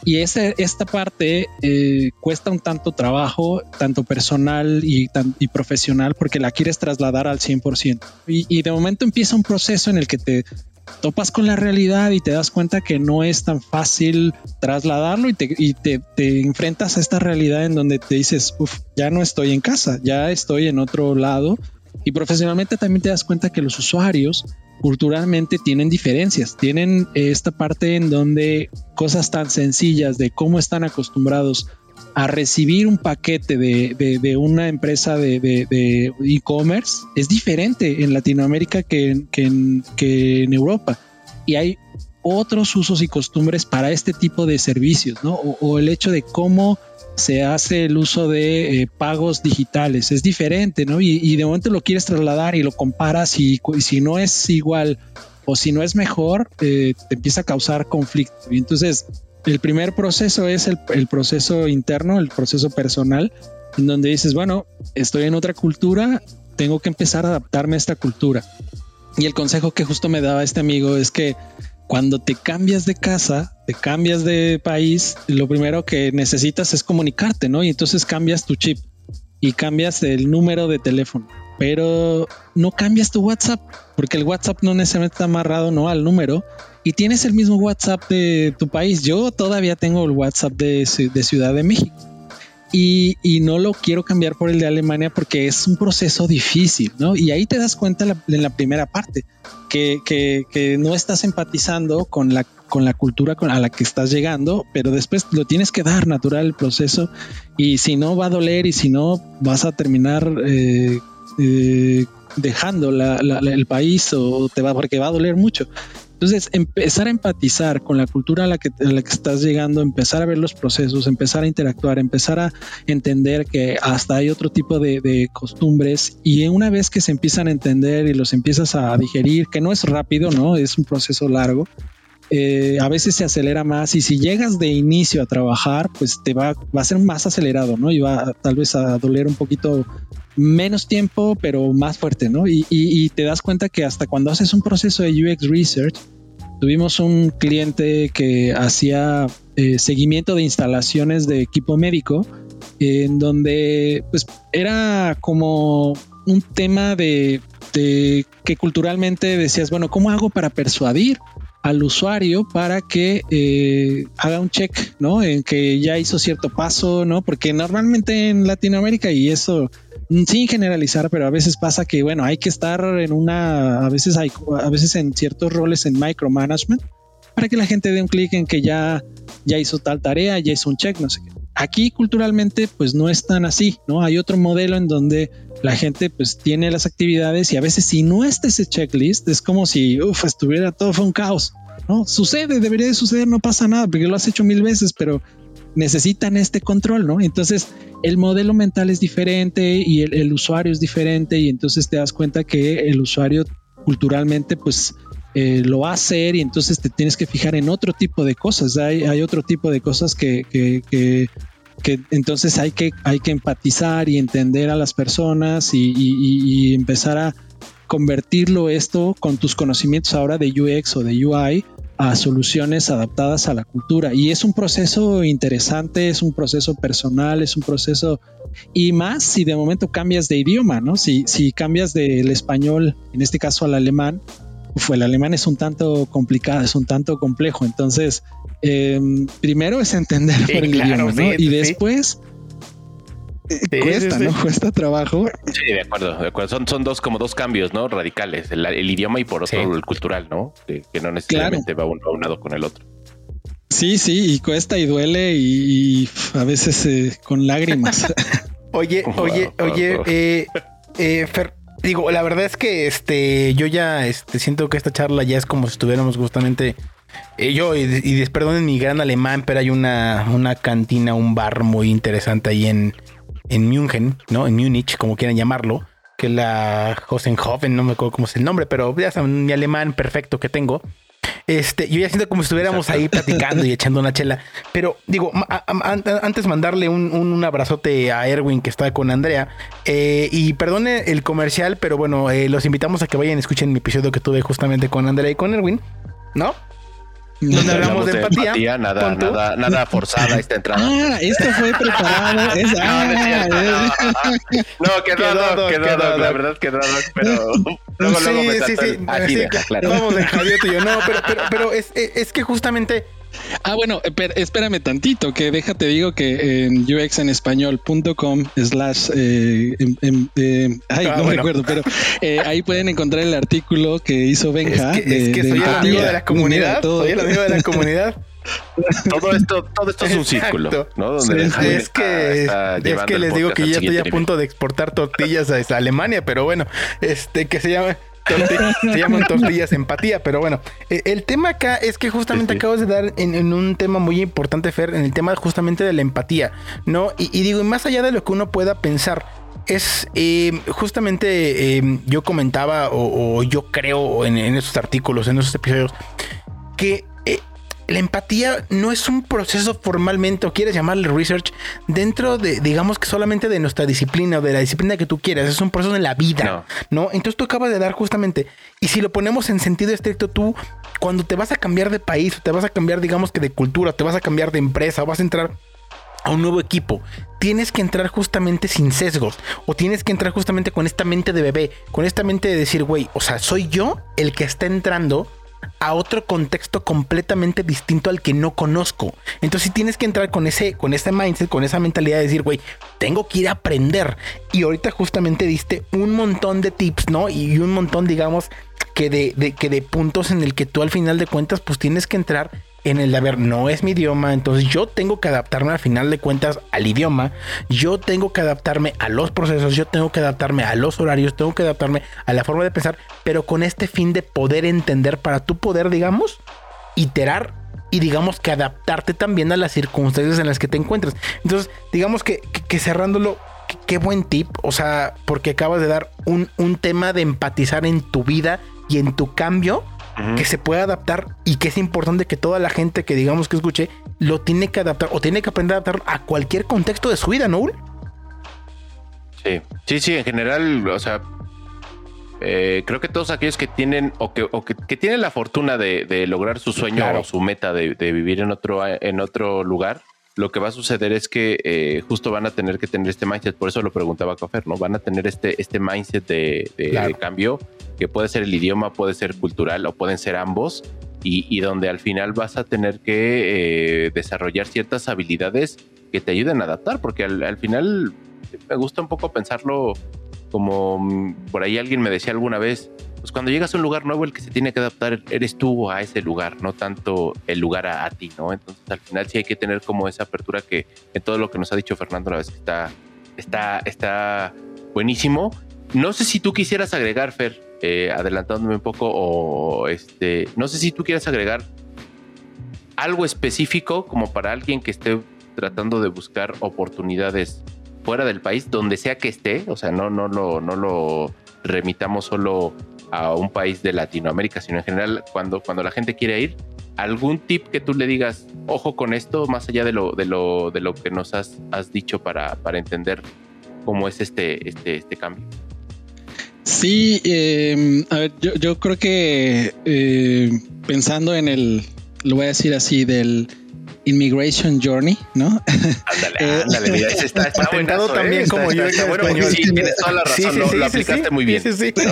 Y esta parte cuesta un tanto trabajo, tanto personal y profesional, porque la quieres trasladar al 100%. Y de momento empieza un proceso en el que te topas con la realidad y te das cuenta que no es tan fácil trasladarlo y te enfrentas a esta realidad en donde te dices, ya no estoy en casa, ya estoy en otro lado. Y profesionalmente también te das cuenta que los usuarios culturalmente tienen diferencias, tienen esta parte en donde cosas tan sencillas de cómo están acostumbrados a recibir un paquete de una empresa de e-commerce es diferente en Latinoamérica que en Europa, y hay otros usos y costumbres para este tipo de servicios, ¿no? O el hecho de cómo se hace el uso de pagos digitales es diferente, ¿no? Y de momento lo quieres trasladar y lo comparas y si no es igual o si no es mejor, te empieza a causar conflicto. Y entonces el primer proceso es el proceso interno, el proceso personal, en donde dices, bueno, estoy en otra cultura, tengo que empezar a adaptarme a esta cultura. Y el consejo que justo me daba este amigo es que cuando te cambias de casa, te cambias de país, lo primero que necesitas es comunicarte, ¿no? Y entonces cambias tu chip y cambias el número de teléfono, pero no cambias tu WhatsApp, porque el WhatsApp no necesariamente está amarrado, ¿no?, al número, y tienes el mismo WhatsApp de tu país. Yo todavía tengo el WhatsApp de Ciudad de México y no lo quiero cambiar por el de Alemania porque es un proceso difícil, ¿no? Y ahí te das cuenta en la primera parte que no estás empatizando con la cultura a la que estás llegando, pero después lo tienes que dar natural el proceso, y si no va a doler, y si no vas a terminar dejando el país, porque va a doler mucho. Entonces, empezar a empatizar con la cultura a la que estás llegando, empezar a ver los procesos, empezar a interactuar, empezar a entender que hasta hay otro tipo de costumbres, y una vez que se empiezan a entender y los empiezas a digerir, que no es rápido, ¿no? Es un proceso largo. A veces se acelera más, y si llegas de inicio a trabajar, pues te va a ser más acelerado, ¿no? Y va tal vez a doler un poquito menos tiempo, pero más fuerte, ¿no? Y te das cuenta que hasta cuando haces un proceso de UX Research, tuvimos un cliente que hacía seguimiento de instalaciones de equipo médico, en donde pues era como un tema de que culturalmente decías, bueno, ¿cómo hago para persuadir al usuario para que haga un check, ¿no? En que ya hizo cierto paso, ¿no? Porque normalmente en Latinoamérica, y eso sin generalizar, pero a veces pasa que, bueno, hay que estar a veces en ciertos roles en micromanagement para que la gente dé un clic en que ya hizo tal tarea, ya hizo un check, no sé qué. Aquí culturalmente pues no es tan así, ¿no? Hay otro modelo en donde la gente pues tiene las actividades, y a veces si no está ese checklist es como si estuviera todo, fue un caos, ¿no? Debería de suceder, no pasa nada porque lo has hecho 1000 veces, pero necesitan este control, ¿no? Entonces el modelo mental es diferente y el usuario es diferente, y entonces te das cuenta que el usuario culturalmente pues lo va a hacer, y entonces te tienes que fijar en otro tipo de cosas. Hay otro tipo de cosas que entonces hay que empatizar y entender a las personas y empezar a convertirlo esto con tus conocimientos ahora de UX o de UI a soluciones adaptadas a la cultura. Y es un proceso interesante, es un proceso personal, es un proceso, y más si de momento cambias de idioma, ¿no? Si cambias del español, en este caso al alemán, el alemán es un tanto complicado, es un tanto complejo. Entonces, primero es entender por el idioma, ¿no? Y después cuesta, ¿no? Cuesta trabajo. Sí, de acuerdo. Son como dos cambios, ¿no? Radicales. El idioma y por otro el cultural, ¿no? Que no necesariamente va uno aunado con el otro. Sí, y cuesta y duele y a veces con lágrimas. Oye, Fer, digo, la verdad es que yo ya siento que esta charla ya es como si estuviéramos justamente perdonen mi gran alemán, pero hay una cantina, un bar muy interesante ahí en München, ¿no? En Múnich, como quieran llamarlo, que la Hosenhofen, no me acuerdo cómo es el nombre, pero ya saben, mi alemán perfecto que tengo. Yo ya siento como si estuviéramos ahí platicando y echando una chela. Pero digo, antes mandarle un abrazote a Erwin, que está con Andrea. Y perdone el comercial, pero bueno, los invitamos a que vayan y escuchen mi episodio que tuve justamente con Andrea y con Erwin, ¿no? donde hablamos de empatía. Nada forzada esta entrada. Esto fue preparado. Quedó, la verdad quedó, pero luego me claro. Vamos en Javioto y yo, no, pero es que justamente... Bueno, espérame tantito, que déjate digo que en uxenespañol.com/ me acuerdo, pero ahí pueden encontrar el artículo que hizo Benja. Es que soy el amigo de la comunidad, soy el amigo de la comunidad. Todo esto es un círculo, ¿no? Donde es que les digo que ya estoy a punto de exportar tortillas a Alemania, pero bueno, que se llaman tortillas empatía, pero bueno, el tema acá es que justamente acabas de dar en un tema muy importante, Fer, en el tema justamente de la empatía, ¿no? Y digo, y más allá de lo que uno pueda pensar, es justamente yo comentaba o yo creo en esos artículos, en esos episodios, que la empatía no es un proceso formalmente, o quieres llamarle research, dentro de, digamos que solamente de nuestra disciplina o de la disciplina que tú quieras. Es un proceso en la vida, ¿no? Entonces tú acabas de dar justamente, y si lo ponemos en sentido estricto, tú cuando te vas a cambiar de país, o te vas a cambiar, digamos que de cultura, te vas a cambiar de empresa, o vas a entrar a un nuevo equipo, tienes que entrar justamente sin sesgos, o tienes que entrar justamente con esta mente de bebé, con esta mente de decir, güey, o sea, soy yo el que está entrando a otro contexto completamente distinto al que no conozco. Entonces sí tienes que entrar con ese mindset, con esa mentalidad de decir, güey, tengo que ir a aprender. Y ahorita justamente diste un montón de tips, ¿no? Y un montón, digamos, que de puntos en el que tú al final de cuentas pues tienes que entrar en el de, a ver, no es mi idioma, entonces yo tengo que adaptarme al final de cuentas al idioma, yo tengo que adaptarme a los procesos, yo tengo que adaptarme a los horarios, tengo que adaptarme a la forma de pensar, pero con este fin de poder entender para tú poder, digamos, iterar y digamos que adaptarte también a las circunstancias en las que te encuentras. Entonces, digamos que cerrándolo, qué buen tip, o sea, porque acabas de dar un tema de empatizar en tu vida y en tu cambio, que se puede adaptar y que es importante que toda la gente que digamos que escuche lo tiene que adaptar o tiene que aprender a adaptar a cualquier contexto de su vida, ¿no? Sí, en general, o sea, creo que todos aquellos que tienen que tienen la fortuna de lograr su sueño o su meta de vivir en otro lugar, lo que va a suceder es que justo van a tener que tener este mindset. Por eso lo preguntaba Cofer, ¿no? Van a tener este mindset de cambio, que puede ser el idioma, puede ser cultural o pueden ser ambos, y donde al final vas a tener que desarrollar ciertas habilidades que te ayuden a adaptar, porque al final me gusta un poco pensarlo como por ahí alguien me decía alguna vez, pues cuando llegas a un lugar nuevo el que se tiene que adaptar eres tú a ese lugar, no tanto el lugar a ti, ¿no? Entonces al final sí hay que tener como esa apertura que en todo lo que nos ha dicho Fernando una vez que está buenísimo. No sé si tú quisieras agregar, Fer, adelantándome un poco, o no sé si tú quieras agregar algo específico como para alguien que esté tratando de buscar oportunidades fuera del país, donde sea que esté, o sea, no lo remitamos solo a un país de Latinoamérica, sino en general cuando la gente quiere ir, algún tip que tú le digas, ojo con esto, más allá de lo que nos has dicho para entender cómo es este cambio. Sí, a ver, yo creo que pensando en lo voy a decir así, del Immigration Journey, ¿no? Ándale, mira, ese está patentado también, ¿eh? Como yo en español. Sí, tienes toda la razón, lo aplicaste muy bien. Sí. ¿No?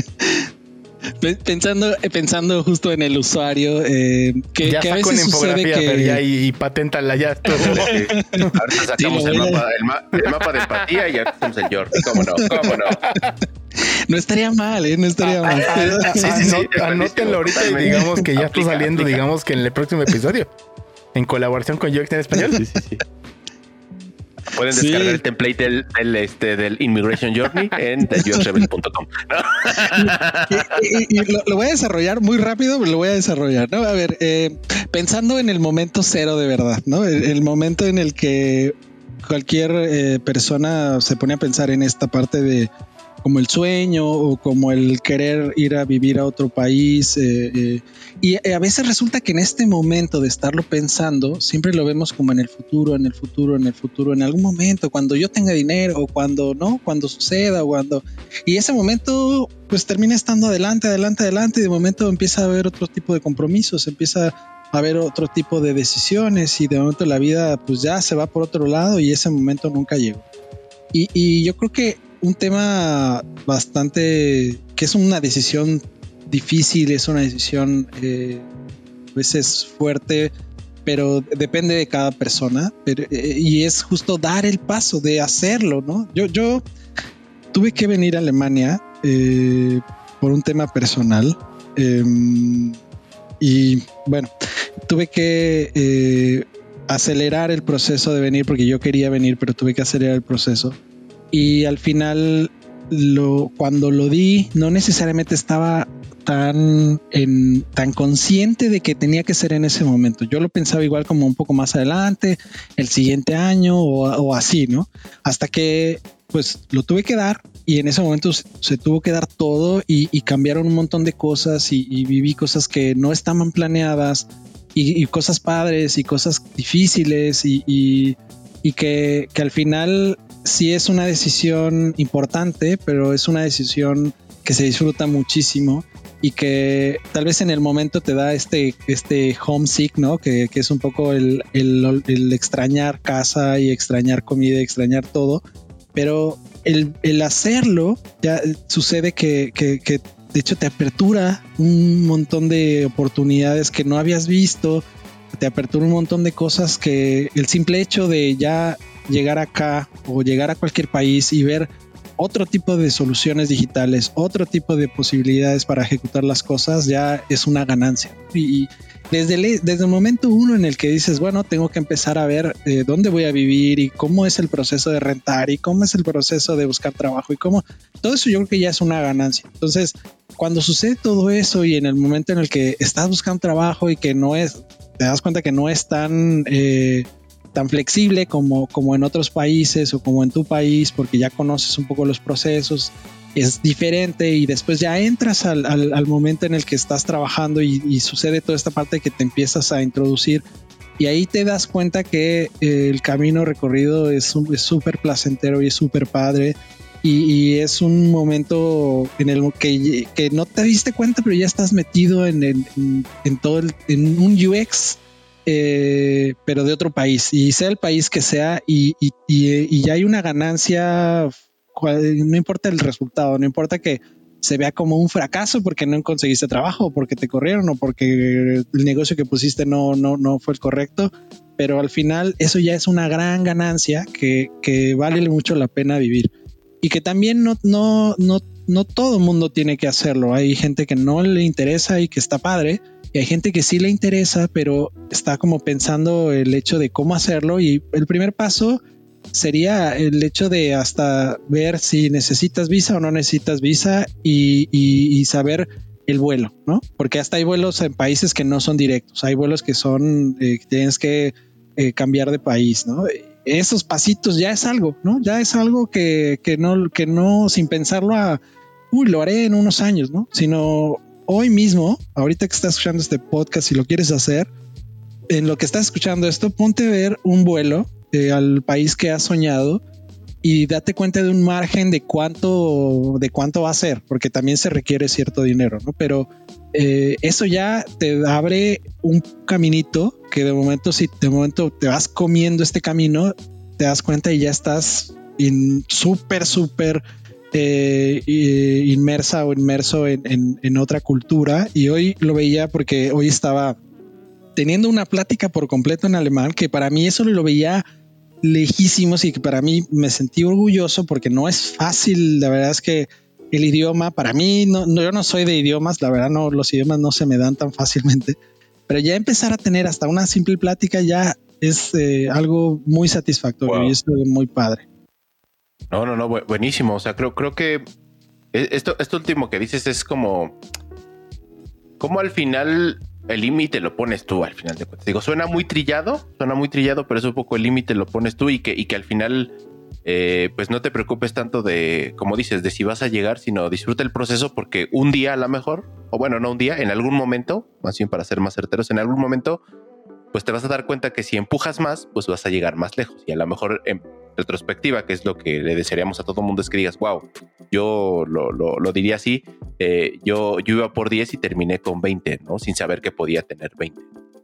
Pensando justo en el usuario, que a veces infografía, sucede y paténtala ya. Ahorita sacamos el mapa de empatía y ya hacemos el Journey. ¿Cómo no? No estaría mal, no estaría mal. Anótenlo ahorita y digamos que ya está saliendo, digamos que en el próximo episodio. En colaboración con UX en español. Sí. Pueden descargar el template del Immigration Journey en uxrebels.com. Y lo voy a desarrollar muy rápido, pero lo voy a desarrollar, ¿no? A ver, pensando en el momento cero de verdad, ¿no? El momento en el que cualquier persona se pone a pensar en esta parte de como el sueño o como el querer ir a vivir a otro país, y a veces resulta que en este momento de estarlo pensando siempre lo vemos como en el futuro, en algún momento, cuando yo tenga dinero o cuando suceda, y ese momento pues termina estando adelante, y de momento empieza a haber otro tipo de compromisos, empieza a haber otro tipo de decisiones y de momento la vida pues ya se va por otro lado y ese momento nunca llegó. Y yo creo que un tema bastante, que es una decisión difícil, es una decisión a veces fuerte, pero depende de cada persona, y es justo dar el paso de hacerlo, ¿no? Yo tuve que venir a Alemania por un tema personal, y bueno, tuve que acelerar el proceso de venir porque yo quería venir, pero tuve que acelerar el proceso. Y al final, cuando lo di, no necesariamente estaba tan consciente de que tenía que ser en ese momento. Yo lo pensaba igual como un poco más adelante, el siguiente año o así, ¿no? Hasta que pues lo tuve que dar y en ese momento se tuvo que dar todo y cambiaron un montón de cosas y viví cosas que no estaban planeadas y cosas padres y cosas difíciles y que al final sí es una decisión importante, pero es una decisión que se disfruta muchísimo y que tal vez en el momento te da este homesick, ¿no? Que es un poco el extrañar casa y extrañar comida y extrañar todo, pero el hacerlo ya sucede que de hecho te apertura un montón de oportunidades que no habías visto, te apertura un montón de cosas que el simple hecho de ya llegar acá o llegar a cualquier país y ver otro tipo de soluciones digitales, otro tipo de posibilidades para ejecutar las cosas, ya es una ganancia. Y desde el momento uno en el que dices, bueno, tengo que empezar a ver dónde voy a vivir y cómo es el proceso de rentar y cómo es el proceso de buscar trabajo y cómo, todo eso yo creo que ya es una ganancia. Entonces, cuando sucede todo eso y en el momento en el que estás buscando trabajo y que no es, te das cuenta que no es tan flexible como en otros países o como en tu país, porque ya conoces un poco los procesos, es diferente y después ya entras al momento en el que estás trabajando y sucede toda esta parte que te empiezas a introducir y ahí te das cuenta que el camino recorrido es súper placentero y es súper padre y es un momento en el que no te diste cuenta, pero ya estás metido en todo en un UX, pero de otro país y sea el país que sea y ya hay una ganancia, no importa el resultado, no importa que se vea como un fracaso porque no conseguiste trabajo, porque te corrieron o porque el negocio que pusiste no fue el correcto, pero al final eso ya es una gran ganancia que vale mucho la pena vivir y que también no todo el mundo tiene que hacerlo. Hay gente que no le interesa y que está padre. Y hay gente que sí le interesa, pero está como pensando el hecho de cómo hacerlo. Y el primer paso sería el hecho de hasta ver si necesitas visa o no necesitas visa y saber el vuelo, ¿no? Porque hasta hay vuelos en países que no son directos. Hay vuelos que son, tienes que cambiar de país, ¿no? Esos pasitos ya es algo, ¿no? Ya es algo que no sin pensarlo lo haré en unos años, ¿no? Sino hoy mismo, ahorita que estás escuchando este podcast, si lo quieres hacer, en lo que estás escuchando esto, ponte a ver un vuelo al país que has soñado y date cuenta de un margen de cuánto va a ser, porque también se requiere cierto dinero, ¿no? Pero eso ya te abre un caminito que de momento, si de momento te vas comiendo este camino, te das cuenta y ya estás súper inmersa o inmerso en otra cultura. Y hoy lo veía porque hoy estaba teniendo una plática por completo en alemán, que para mí eso lo veía lejísimos y que para mí me sentí orgulloso porque no es fácil. La verdad es que el idioma para mí, yo no soy de idiomas, la verdad no, los idiomas no se me dan tan fácilmente, pero ya empezar a tener hasta una simple plática ya es algo muy satisfactorio. Wow. Y es muy padre. No, buenísimo. O sea, creo que esto último que dices es como al final el límite lo pones tú al final de cuentas. Digo, suena muy trillado, pero es un poco el límite lo pones tú y que al final pues no te preocupes tanto de, como dices, de si vas a llegar, sino disfruta el proceso porque un día a lo mejor, o bueno, no un día, en algún momento, más bien para ser más certeros, en algún momento pues te vas a dar cuenta que si empujas más, pues vas a llegar más lejos. Y a lo mejor en retrospectiva, que es lo que le desearíamos a todo el mundo, es que digas, wow, yo lo diría así, yo iba por 10 y terminé con 20, ¿no? Sin saber que podía tener 20.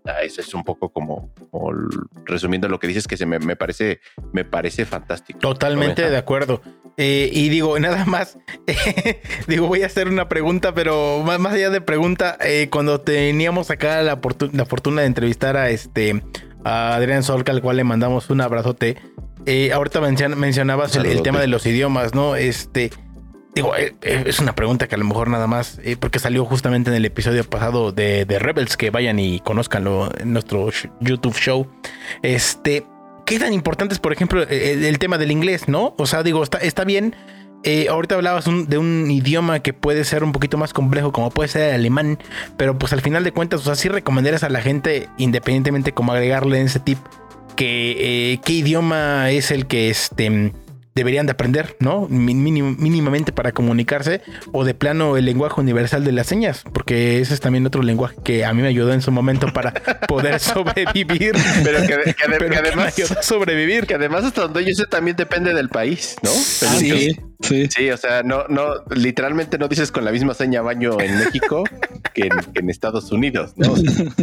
Eso es un poco como resumiendo lo que dices, que me parece fantástico. Totalmente de acuerdo. Y digo, nada más, voy a hacer una pregunta, pero más allá de pregunta, cuando teníamos acá la fortuna de entrevistar a Adrián Solca, al cual le mandamos un abrazote, ahorita mencionabas el tema de los idiomas, ¿no? Digo, es una pregunta que a lo mejor nada más, porque salió justamente en el episodio pasado de Rebels, que vayan y conozcanlo en nuestro YouTube show. ¿Qué tan importante es, por ejemplo, el tema del inglés, no? O sea, digo, está bien. Ahorita hablabas de un idioma que puede ser un poquito más complejo, como puede ser el alemán, pero pues al final de cuentas, o sea, sí recomendarías a la gente, independientemente como agregarle en ese tip, que qué idioma es el que deberían de aprender, ¿no? Mínimamente para comunicarse, o de plano el lenguaje universal de las señas, porque ese es también otro lenguaje que a mí me ayudó en su momento para poder sobrevivir. Pero que además me ayudó a sobrevivir. Que además, hasta donde yo sé, también depende del país, ¿no? Sí, o sea, no, literalmente no dices con la misma seña baño en México que en Estados Unidos, ¿no?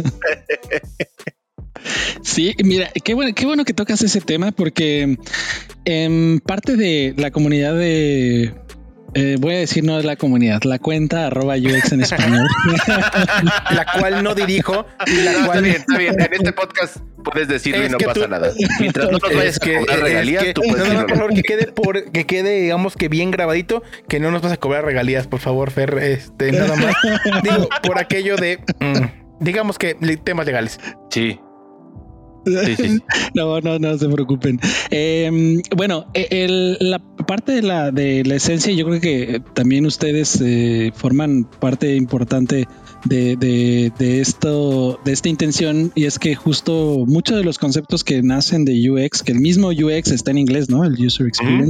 Sí, mira, qué bueno que tocas ese tema, porque en parte de la comunidad de... voy a decir, no es la comunidad, la cuenta @UX en español. La cual no dirijo. Y la cual... Está bien. En este podcast puedes decirlo y no pasa nada. Mientras no nos vayas a cobrar regalías, tú puedes decirlo. No, por favor, que quede, digamos que bien grabadito, que no nos vas a cobrar regalías, por favor, Fer. Nada más. Digo, por aquello de... digamos que temas legales. Sí. No se preocupen. Bueno, la parte de la esencia, yo creo que también ustedes forman parte importante de esta intención, y es que justo muchos de los conceptos que nacen de UX, que el mismo UX está en inglés, ¿no? El User Experience.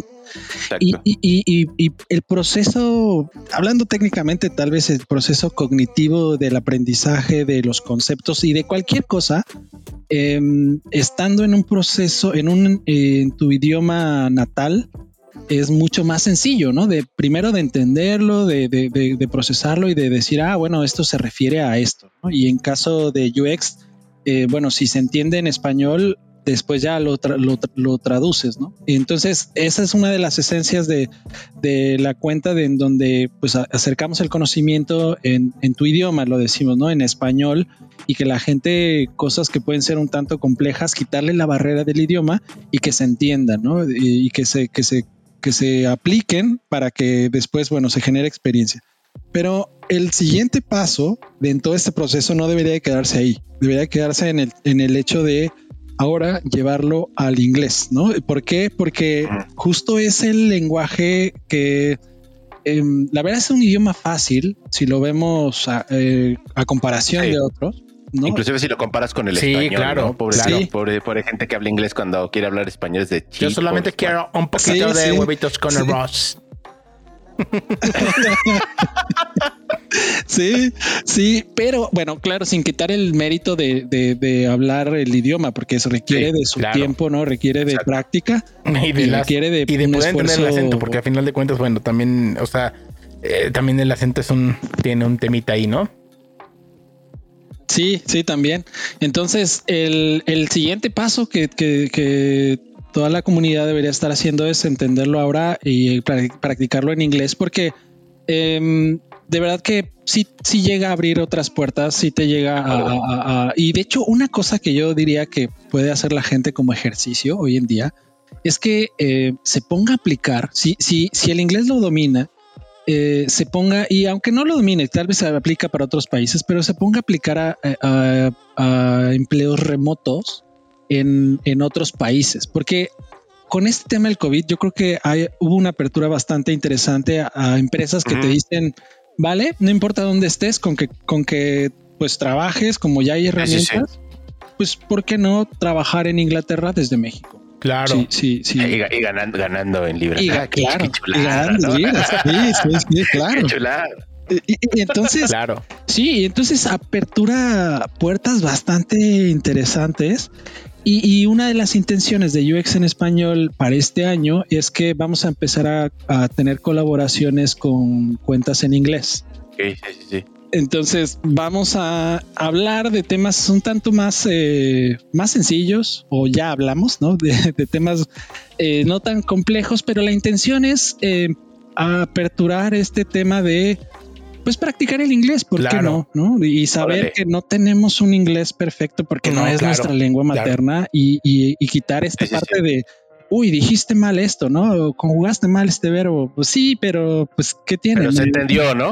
Y el proceso, hablando técnicamente, tal vez el proceso cognitivo del aprendizaje de los conceptos y de cualquier cosa, estando en un proceso, en tu idioma natal, es mucho más sencillo, ¿no? Primero de entenderlo, de procesarlo y de decir, bueno, esto se refiere a esto, ¿no? Y en caso de UX, bueno, si se entiende en español, después ya lo traduces, ¿no? Entonces, esa es una de las esencias de la cuenta, en donde pues acercamos el conocimiento en tu idioma, lo decimos, ¿no? En español, y que la gente, cosas que pueden ser un tanto complejas, quitarle la barrera del idioma y que se entiendan, ¿no? Y que se apliquen para que después, bueno, se genere experiencia. Pero el siguiente paso en todo este proceso no debería de quedarse ahí, debería quedarse en el hecho de ahora llevarlo al inglés, ¿no? ¿Por qué? Porque justo es el lenguaje que la verdad es un idioma fácil si lo vemos a comparación de otros, ¿no? Inclusive si lo comparas con el español, claro, ¿no? Pobre gente que habla inglés cuando quiere hablar español es de chicos. Yo solamente quiero un poquito de huevitos con arroz. Sí, pero bueno, claro, sin quitar el mérito de hablar el idioma, porque eso requiere de su tiempo, ¿no? Requiere de práctica y requiere de poder entender el acento, porque al final de cuentas, bueno, también, o sea, también el acento tiene un temita ahí, ¿no? Sí, también. Entonces, el siguiente paso que toda la comunidad debería estar haciendo es entenderlo ahora y practicarlo en inglés, porque de verdad que sí llega a abrir otras puertas, sí te llega a... Y de hecho, una cosa que yo diría que puede hacer la gente como ejercicio hoy en día es que se ponga a aplicar, si el inglés lo domina, se ponga, y aunque no lo domine, tal vez se aplica para otros países, pero se ponga a aplicar a empleos remotos en otros países, porque con este tema del COVID yo creo que hubo una apertura bastante interesante a empresas que te dicen, vale, no importa dónde estés, con que pues trabajes, como ya hay herramientas, pues ¿por qué no trabajar en Inglaterra desde México? Claro. Sí. Y ganando en libertad. Claro. Qué chulada, ¿no? Sí, claro. Qué chulada. Y entonces, claro. Sí, entonces apertura puertas bastante interesantes. Y una de las intenciones de UX en español para este año es que vamos a empezar a tener colaboraciones con cuentas en inglés. Sí. Entonces vamos a hablar de temas un tanto más sencillos, o ya hablamos, ¿no? De temas no tan complejos, pero la intención es aperturar este tema de pues practicar el inglés, ¿por qué no? Y saber que no tenemos un inglés perfecto porque no es nuestra lengua materna y quitar esta parte de uy, dijiste mal esto, ¿no? O conjugaste mal este verbo. Pues sí, pero pues ¿qué tiene? Pero se entendió, ¿no?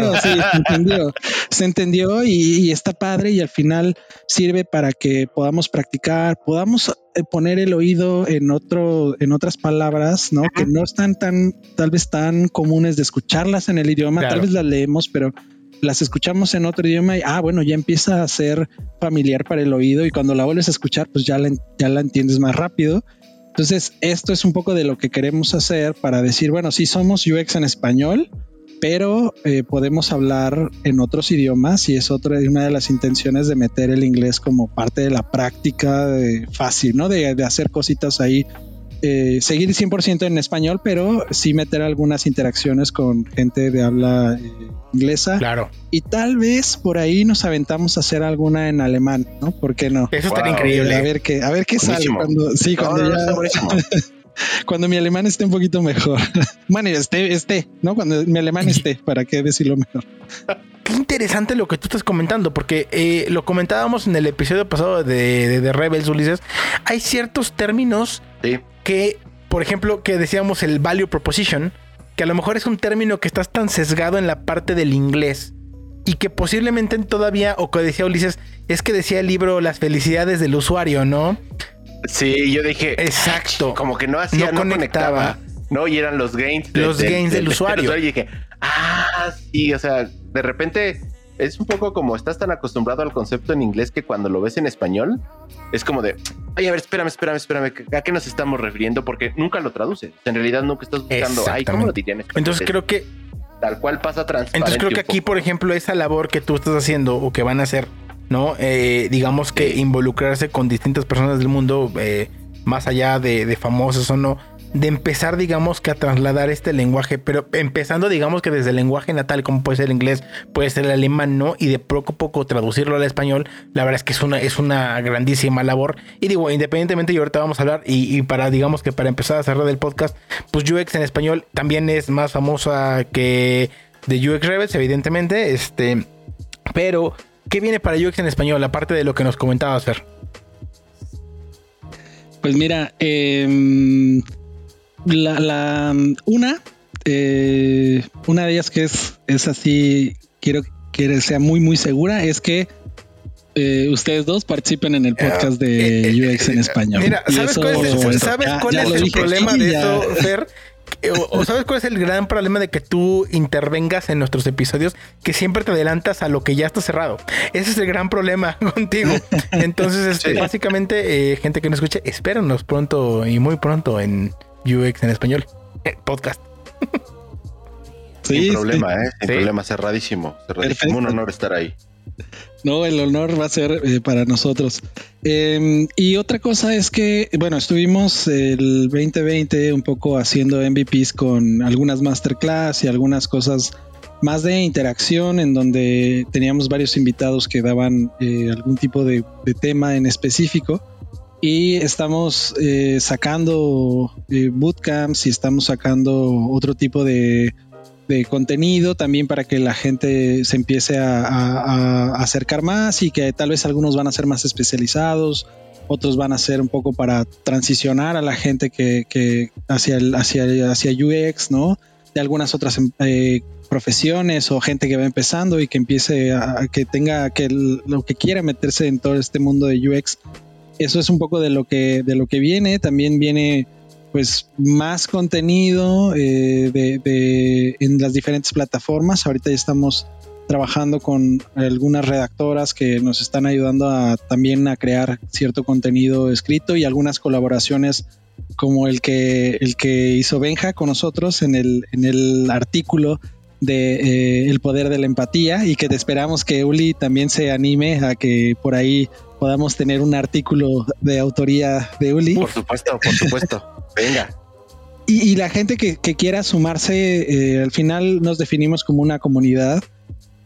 Se entendió y está padre y al final sirve para que podamos practicar, podamos poner el oído en otras palabras, ¿no? Que no están tal vez tan comunes de escucharlas en el idioma, tal vez las leemos, pero las escuchamos en otro idioma y bueno, ya empieza a ser familiar para el oído y cuando la vuelves a escuchar, pues ya la entiendes más rápido. Entonces, esto es un poco de lo que queremos hacer para decir, bueno, sí somos UX en español, pero podemos hablar en otros idiomas y es una de las intenciones de meter el inglés como parte de la práctica fácil, ¿no? De hacer cositas ahí, seguir 100% en español, pero sí meter algunas interacciones con gente de habla inglesa. Claro. Y tal vez por ahí nos aventamos a hacer alguna en alemán, ¿no? ¿Por qué no? Eso estaría increíble. A ver qué sale cuando mi alemán esté un poquito mejor. Bueno, ¿no? Cuando mi alemán esté, ¿para qué decirlo mejor? Qué interesante lo que tú estás comentando, porque lo comentábamos en el episodio pasado de Rebels, Ulises. Hay ciertos términos que, por ejemplo, que decíamos el value proposition, que a lo mejor es un término que estás tan sesgado en la parte del inglés y que posiblemente todavía, o que decía Ulises, es que decía el libro Las felicidades del usuario, ¿no? Sí, yo dije, exacto, como que no conectaba, ¿no? Y eran los gains del usuario. Y dije, sí, o sea, de repente es un poco como estás tan acostumbrado al concepto en inglés que cuando lo ves en español es como de, oye, a ver, espérame, ¿a qué nos estamos refiriendo? Porque nunca lo traduces. En realidad nunca estás buscando, ¿cómo lo dirían en español? Entonces creo que tal cual pasa transparente. Entonces creo que aquí, por ejemplo, esa labor que tú estás haciendo o que van a hacer, ¿no? Digamos que involucrarse con distintas personas del mundo, más allá de famosos o no, de empezar, digamos, que a trasladar este lenguaje, pero empezando, digamos, que desde el lenguaje natal, como puede ser el inglés, puede ser el alemán, ¿no? Y de poco a poco traducirlo al español, la verdad es que es una grandísima labor. Y digo, independientemente, y ahorita vamos a hablar, y para, digamos, que para empezar a cerrar el podcast, pues UX en español también es más famosa que de UX Rebels, evidentemente, pero ¿qué viene para UX en español, aparte de lo que nos comentabas, Fer? Pues mira, una de ellas que es así, quiero que sea muy muy segura, es que ustedes dos participen en el podcast de UX en español. Mira, ¿sabes cuál es el problema de eso, Fer? ¿O sabes cuál es el gran problema de que tú intervengas en nuestros episodios? Que siempre te adelantas a lo que ya está cerrado. Ese es el gran problema contigo. Entonces, básicamente, gente que nos escuche, espéranos pronto y muy pronto en UX en español. Podcast. Sin problema, sin problema, cerradísimo. Un honor estar ahí. No, el honor va a ser para nosotros. Y otra cosa es que, bueno, estuvimos el 2020 un poco haciendo MVPs con algunas masterclass y algunas cosas más de interacción en donde teníamos varios invitados que daban algún tipo de tema en específico. Y estamos sacando bootcamps y estamos sacando otro tipo de contenido también para que la gente se empiece a acercar más y que tal vez algunos van a ser más especializados, otros van a ser un poco para transicionar a la gente que hacia UX, ¿no? De algunas otras profesiones o gente que va empezando y que empiece lo que quiera meterse en todo este mundo de UX. Eso es un poco de lo que viene. También viene pues más contenido en las diferentes plataformas. Ahorita ya estamos trabajando con algunas redactoras que nos están ayudando también a crear cierto contenido escrito y algunas colaboraciones como el que hizo Benja con nosotros en el artículo de el poder de la empatía, y que te esperamos que Uli también se anime a que por ahí podamos tener un artículo de autoría de Uli. Por supuesto. Venga. Y la gente que quiera sumarse, al final nos definimos como una comunidad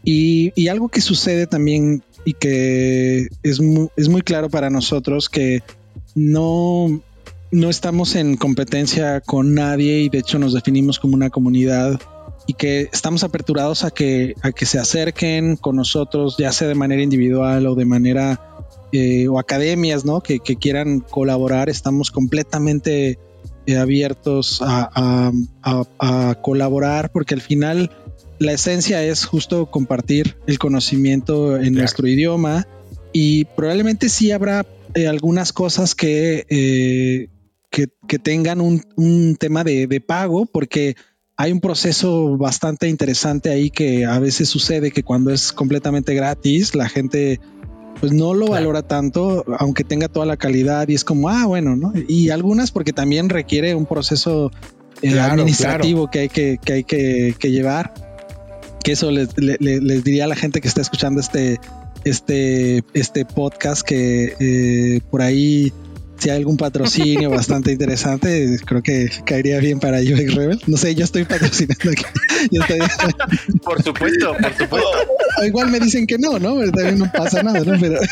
Y algo que sucede también y que es muy claro para nosotros, que no estamos en competencia con nadie y de hecho nos definimos como una comunidad y que estamos aperturados a que se acerquen con nosotros, ya sea de manera individual o de manera o academias, ¿no? Que quieran colaborar. Estamos completamente abiertos a colaborar, porque al final la esencia es justo compartir el conocimiento en nuestro idioma, y probablemente sí habrá algunas cosas que tengan un tema de pago, porque hay un proceso bastante interesante ahí que a veces sucede que cuando es completamente gratis, la gente pues no lo valora tanto, aunque tenga toda la calidad, y es como, bueno, ¿no? Y algunas porque también requiere un proceso administrativo que hay que llevar, que eso les diría a la gente que está escuchando este podcast, que por ahí si hay algún patrocinio bastante interesante, creo que caería bien para UX Rebel. No sé, yo estoy patrocinando aquí. Por supuesto. O igual me dicen que no, pero también no pasa nada, ¿no? Pero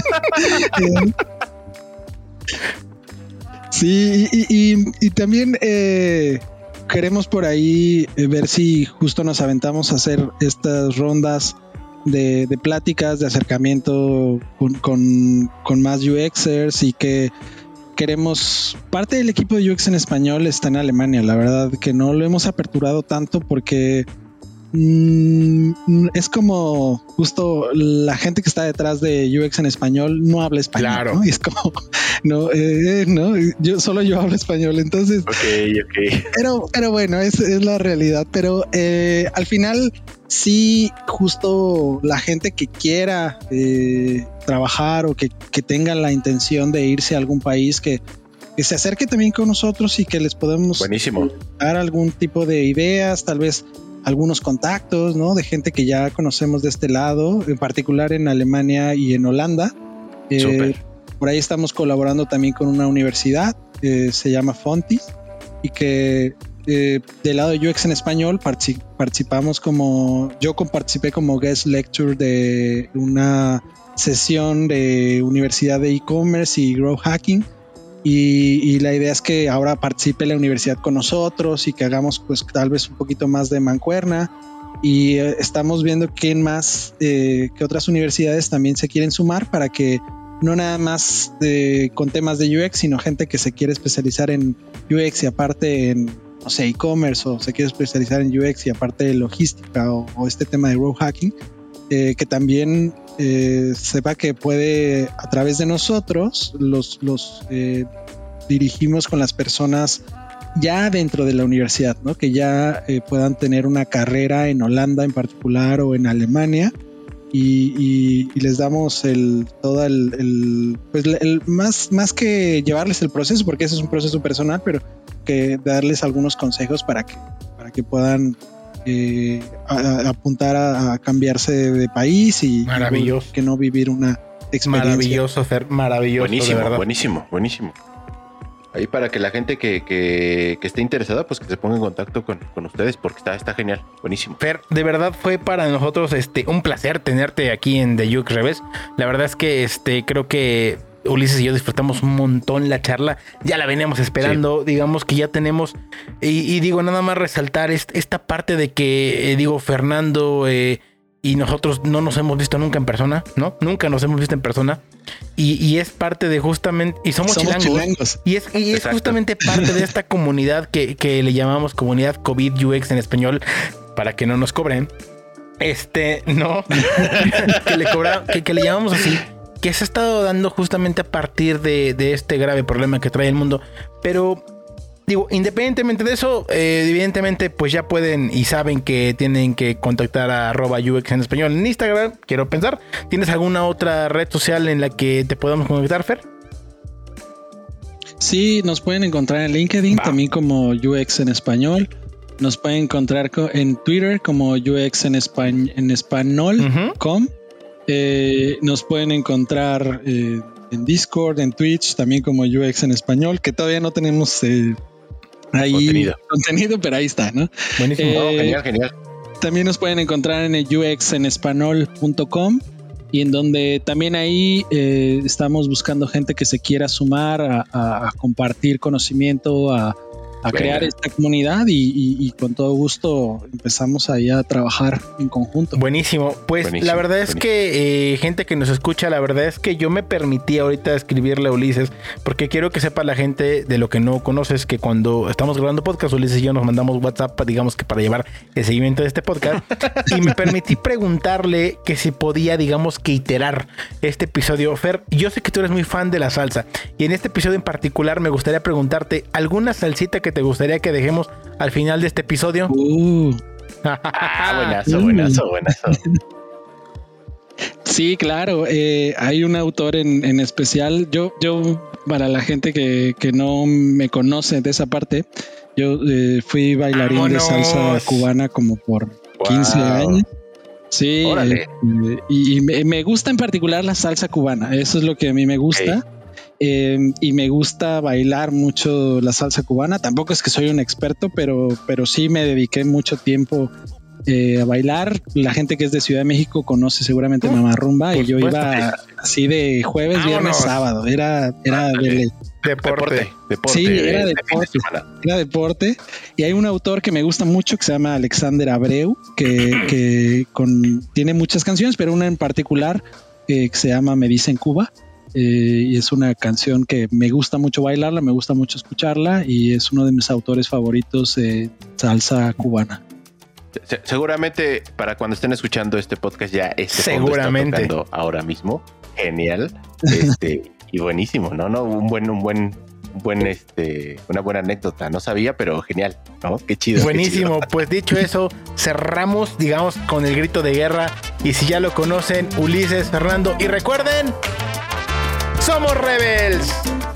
sí, y también queremos por ahí ver si justo nos aventamos a hacer estas rondas de pláticas, de acercamiento con más UXers, y que queremos, parte del equipo de UX en español está en Alemania. La verdad que no lo hemos aperturado tanto porque es como justo la gente que está detrás de UX en español no habla español, claro, ¿no? Y es como no, yo hablo español, entonces okay. Pero bueno, es la realidad. Pero al final sí, justo la gente que quiera trabajar o que tenga la intención de irse a algún país, que se acerque también con nosotros y que les podemos dar algún tipo de ideas, tal vez algunos contactos, ¿no? De gente que ya conocemos de este lado, en particular en Alemania y en Holanda. Por ahí estamos colaborando también con una universidad, se llama Fontis, y que del lado de UX en español participamos participé como guest lecture de una sesión de Universidad de E-Commerce y Growth Hacking, y la idea es que ahora participe la universidad con nosotros y que hagamos pues tal vez un poquito más de mancuerna, y estamos viendo quién más, que otras universidades también se quieren sumar, para que no nada más con temas de UX, sino gente que se quiere especializar en UX y aparte en, no sé, e-commerce, o se quiere especializar en UX y aparte de logística o este tema de growth hacking, que también sepa que puede, a través de nosotros, los dirigimos con las personas ya dentro de la universidad, ¿no? Que ya puedan tener una carrera en Holanda en particular o en Alemania, y les damos más que llevarles el proceso, porque ese es un proceso personal, pero que darles algunos consejos para que puedan apuntar a cambiarse de país y que no vivir una experiencia. Maravilloso, Fer, maravilloso. Buenísimo. Ahí para que la gente que esté interesada, pues que se ponga en contacto con ustedes, porque está genial, buenísimo. Fer, de verdad fue para nosotros un placer tenerte aquí en The UX Rebels. La verdad es que creo que Ulises y yo disfrutamos un montón la charla. Ya la veníamos esperando, sí. Digamos que ya tenemos, y digo, nada más resaltar esta parte de que Fernando y nosotros no nos hemos visto nunca en persona, ¿no? Nunca nos hemos visto en persona. Y es parte de justamente, y somos chilangos. Y es justamente parte de esta comunidad que le llamamos comunidad COVID UX en español, para que no nos cobren. No, que le llamamos así, que se ha estado dando justamente a partir de este grave problema que trae el mundo. Pero digo, independientemente de eso, evidentemente pues ya pueden y saben que tienen que contactar a @UX en español en Instagram, quiero pensar. ¿Tienes alguna otra red social en la que te podamos contactar, Fer? Sí, nos pueden encontrar en LinkedIn también como UX en español. Nos pueden encontrar en Twitter como UX en español.com. Nos pueden encontrar en Discord, en Twitch también como UX en español, que todavía no tenemos ahí contenido, pero ahí está, ¿no? Buenísimo, genial. también nos pueden encontrar en el uxenespanol.com y en donde también ahí estamos buscando gente que se quiera sumar a compartir conocimiento, a crear esta comunidad y con todo gusto empezamos ahí a trabajar en conjunto. Buenísimo. Pues la verdad es que gente que nos escucha, la verdad es que yo me permití ahorita escribirle a Ulises porque quiero que sepa la gente de lo que no conoces que cuando estamos grabando podcast, Ulises y yo nos mandamos WhatsApp, digamos que para llevar el seguimiento de este podcast y me permití preguntarle que si podía, digamos que iterar este episodio. Fer, yo sé que tú eres muy fan de la salsa y en este episodio en particular me gustaría preguntarte ¿alguna salsita que te gustaría que dejemos al final de este episodio? Buenazo. Sí, claro. Hay un autor en especial. Yo para la gente que no me conoce de esa parte, yo fui bailarín de salsa cubana como por 15 años. Sí, y me gusta en particular la salsa cubana. Eso es lo que a mí me gusta. Y me gusta bailar mucho la salsa cubana. Tampoco es que soy un experto, pero sí me dediqué mucho tiempo a bailar. La gente que es de Ciudad de México conoce seguramente Mamá Rumba y yo iba así de jueves, viernes, sábado. Era deporte. Sí, era deporte. Era deporte. Y hay un autor que me gusta mucho que se llama Alexander Abreu, que tiene muchas canciones, pero una en particular que se llama Me Dicen Cuba. Y es una canción que me gusta mucho bailarla, me gusta mucho escucharla y es uno de mis autores favoritos de salsa cubana. Seguramente para cuando estén escuchando este podcast ya seguramente está tocando ahora mismo. Genial. Y buenísimo, ¿no? Una buena anécdota. No sabía, pero genial, ¿no? Qué chido. Buenísimo. Qué chido. Pues dicho eso, cerramos, digamos, con el grito de guerra. Y si ya lo conocen, Ulises, Fernando, y recuerden, somos Rebels.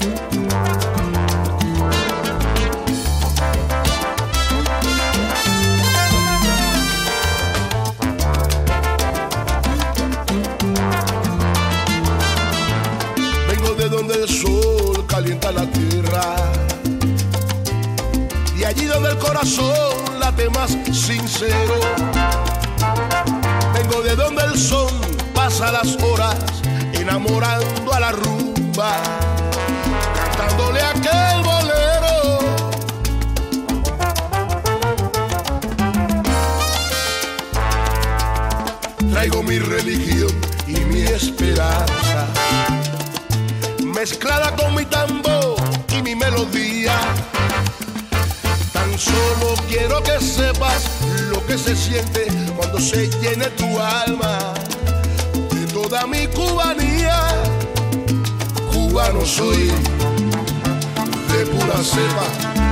Vengo de donde el sol calienta la tierra, y allí donde el corazón late más sincero. Vengo de donde el sol pasa las horas enamorando a la rumba, cantándole aquel bolero. Traigo mi religión y mi esperanza, mezclada con mi tambor y mi melodía. Tan solo quiero que sepas lo que se siente cuando se llene tu alma de toda mi cubanía. Cubano soy de pura cepa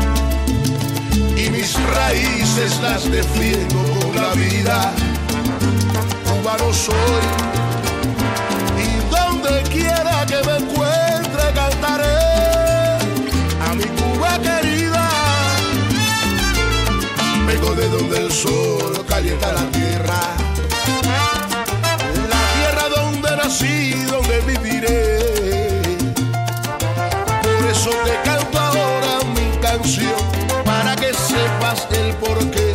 y mis raíces las defiendo con la vida. Cubano soy y donde quiera que me encuentre cantaré a mi Cuba querida. Vengo de donde el sol calienta la tierra, donde nací, donde viviré. Por eso te canto ahora mi canción, para que sepas el porqué.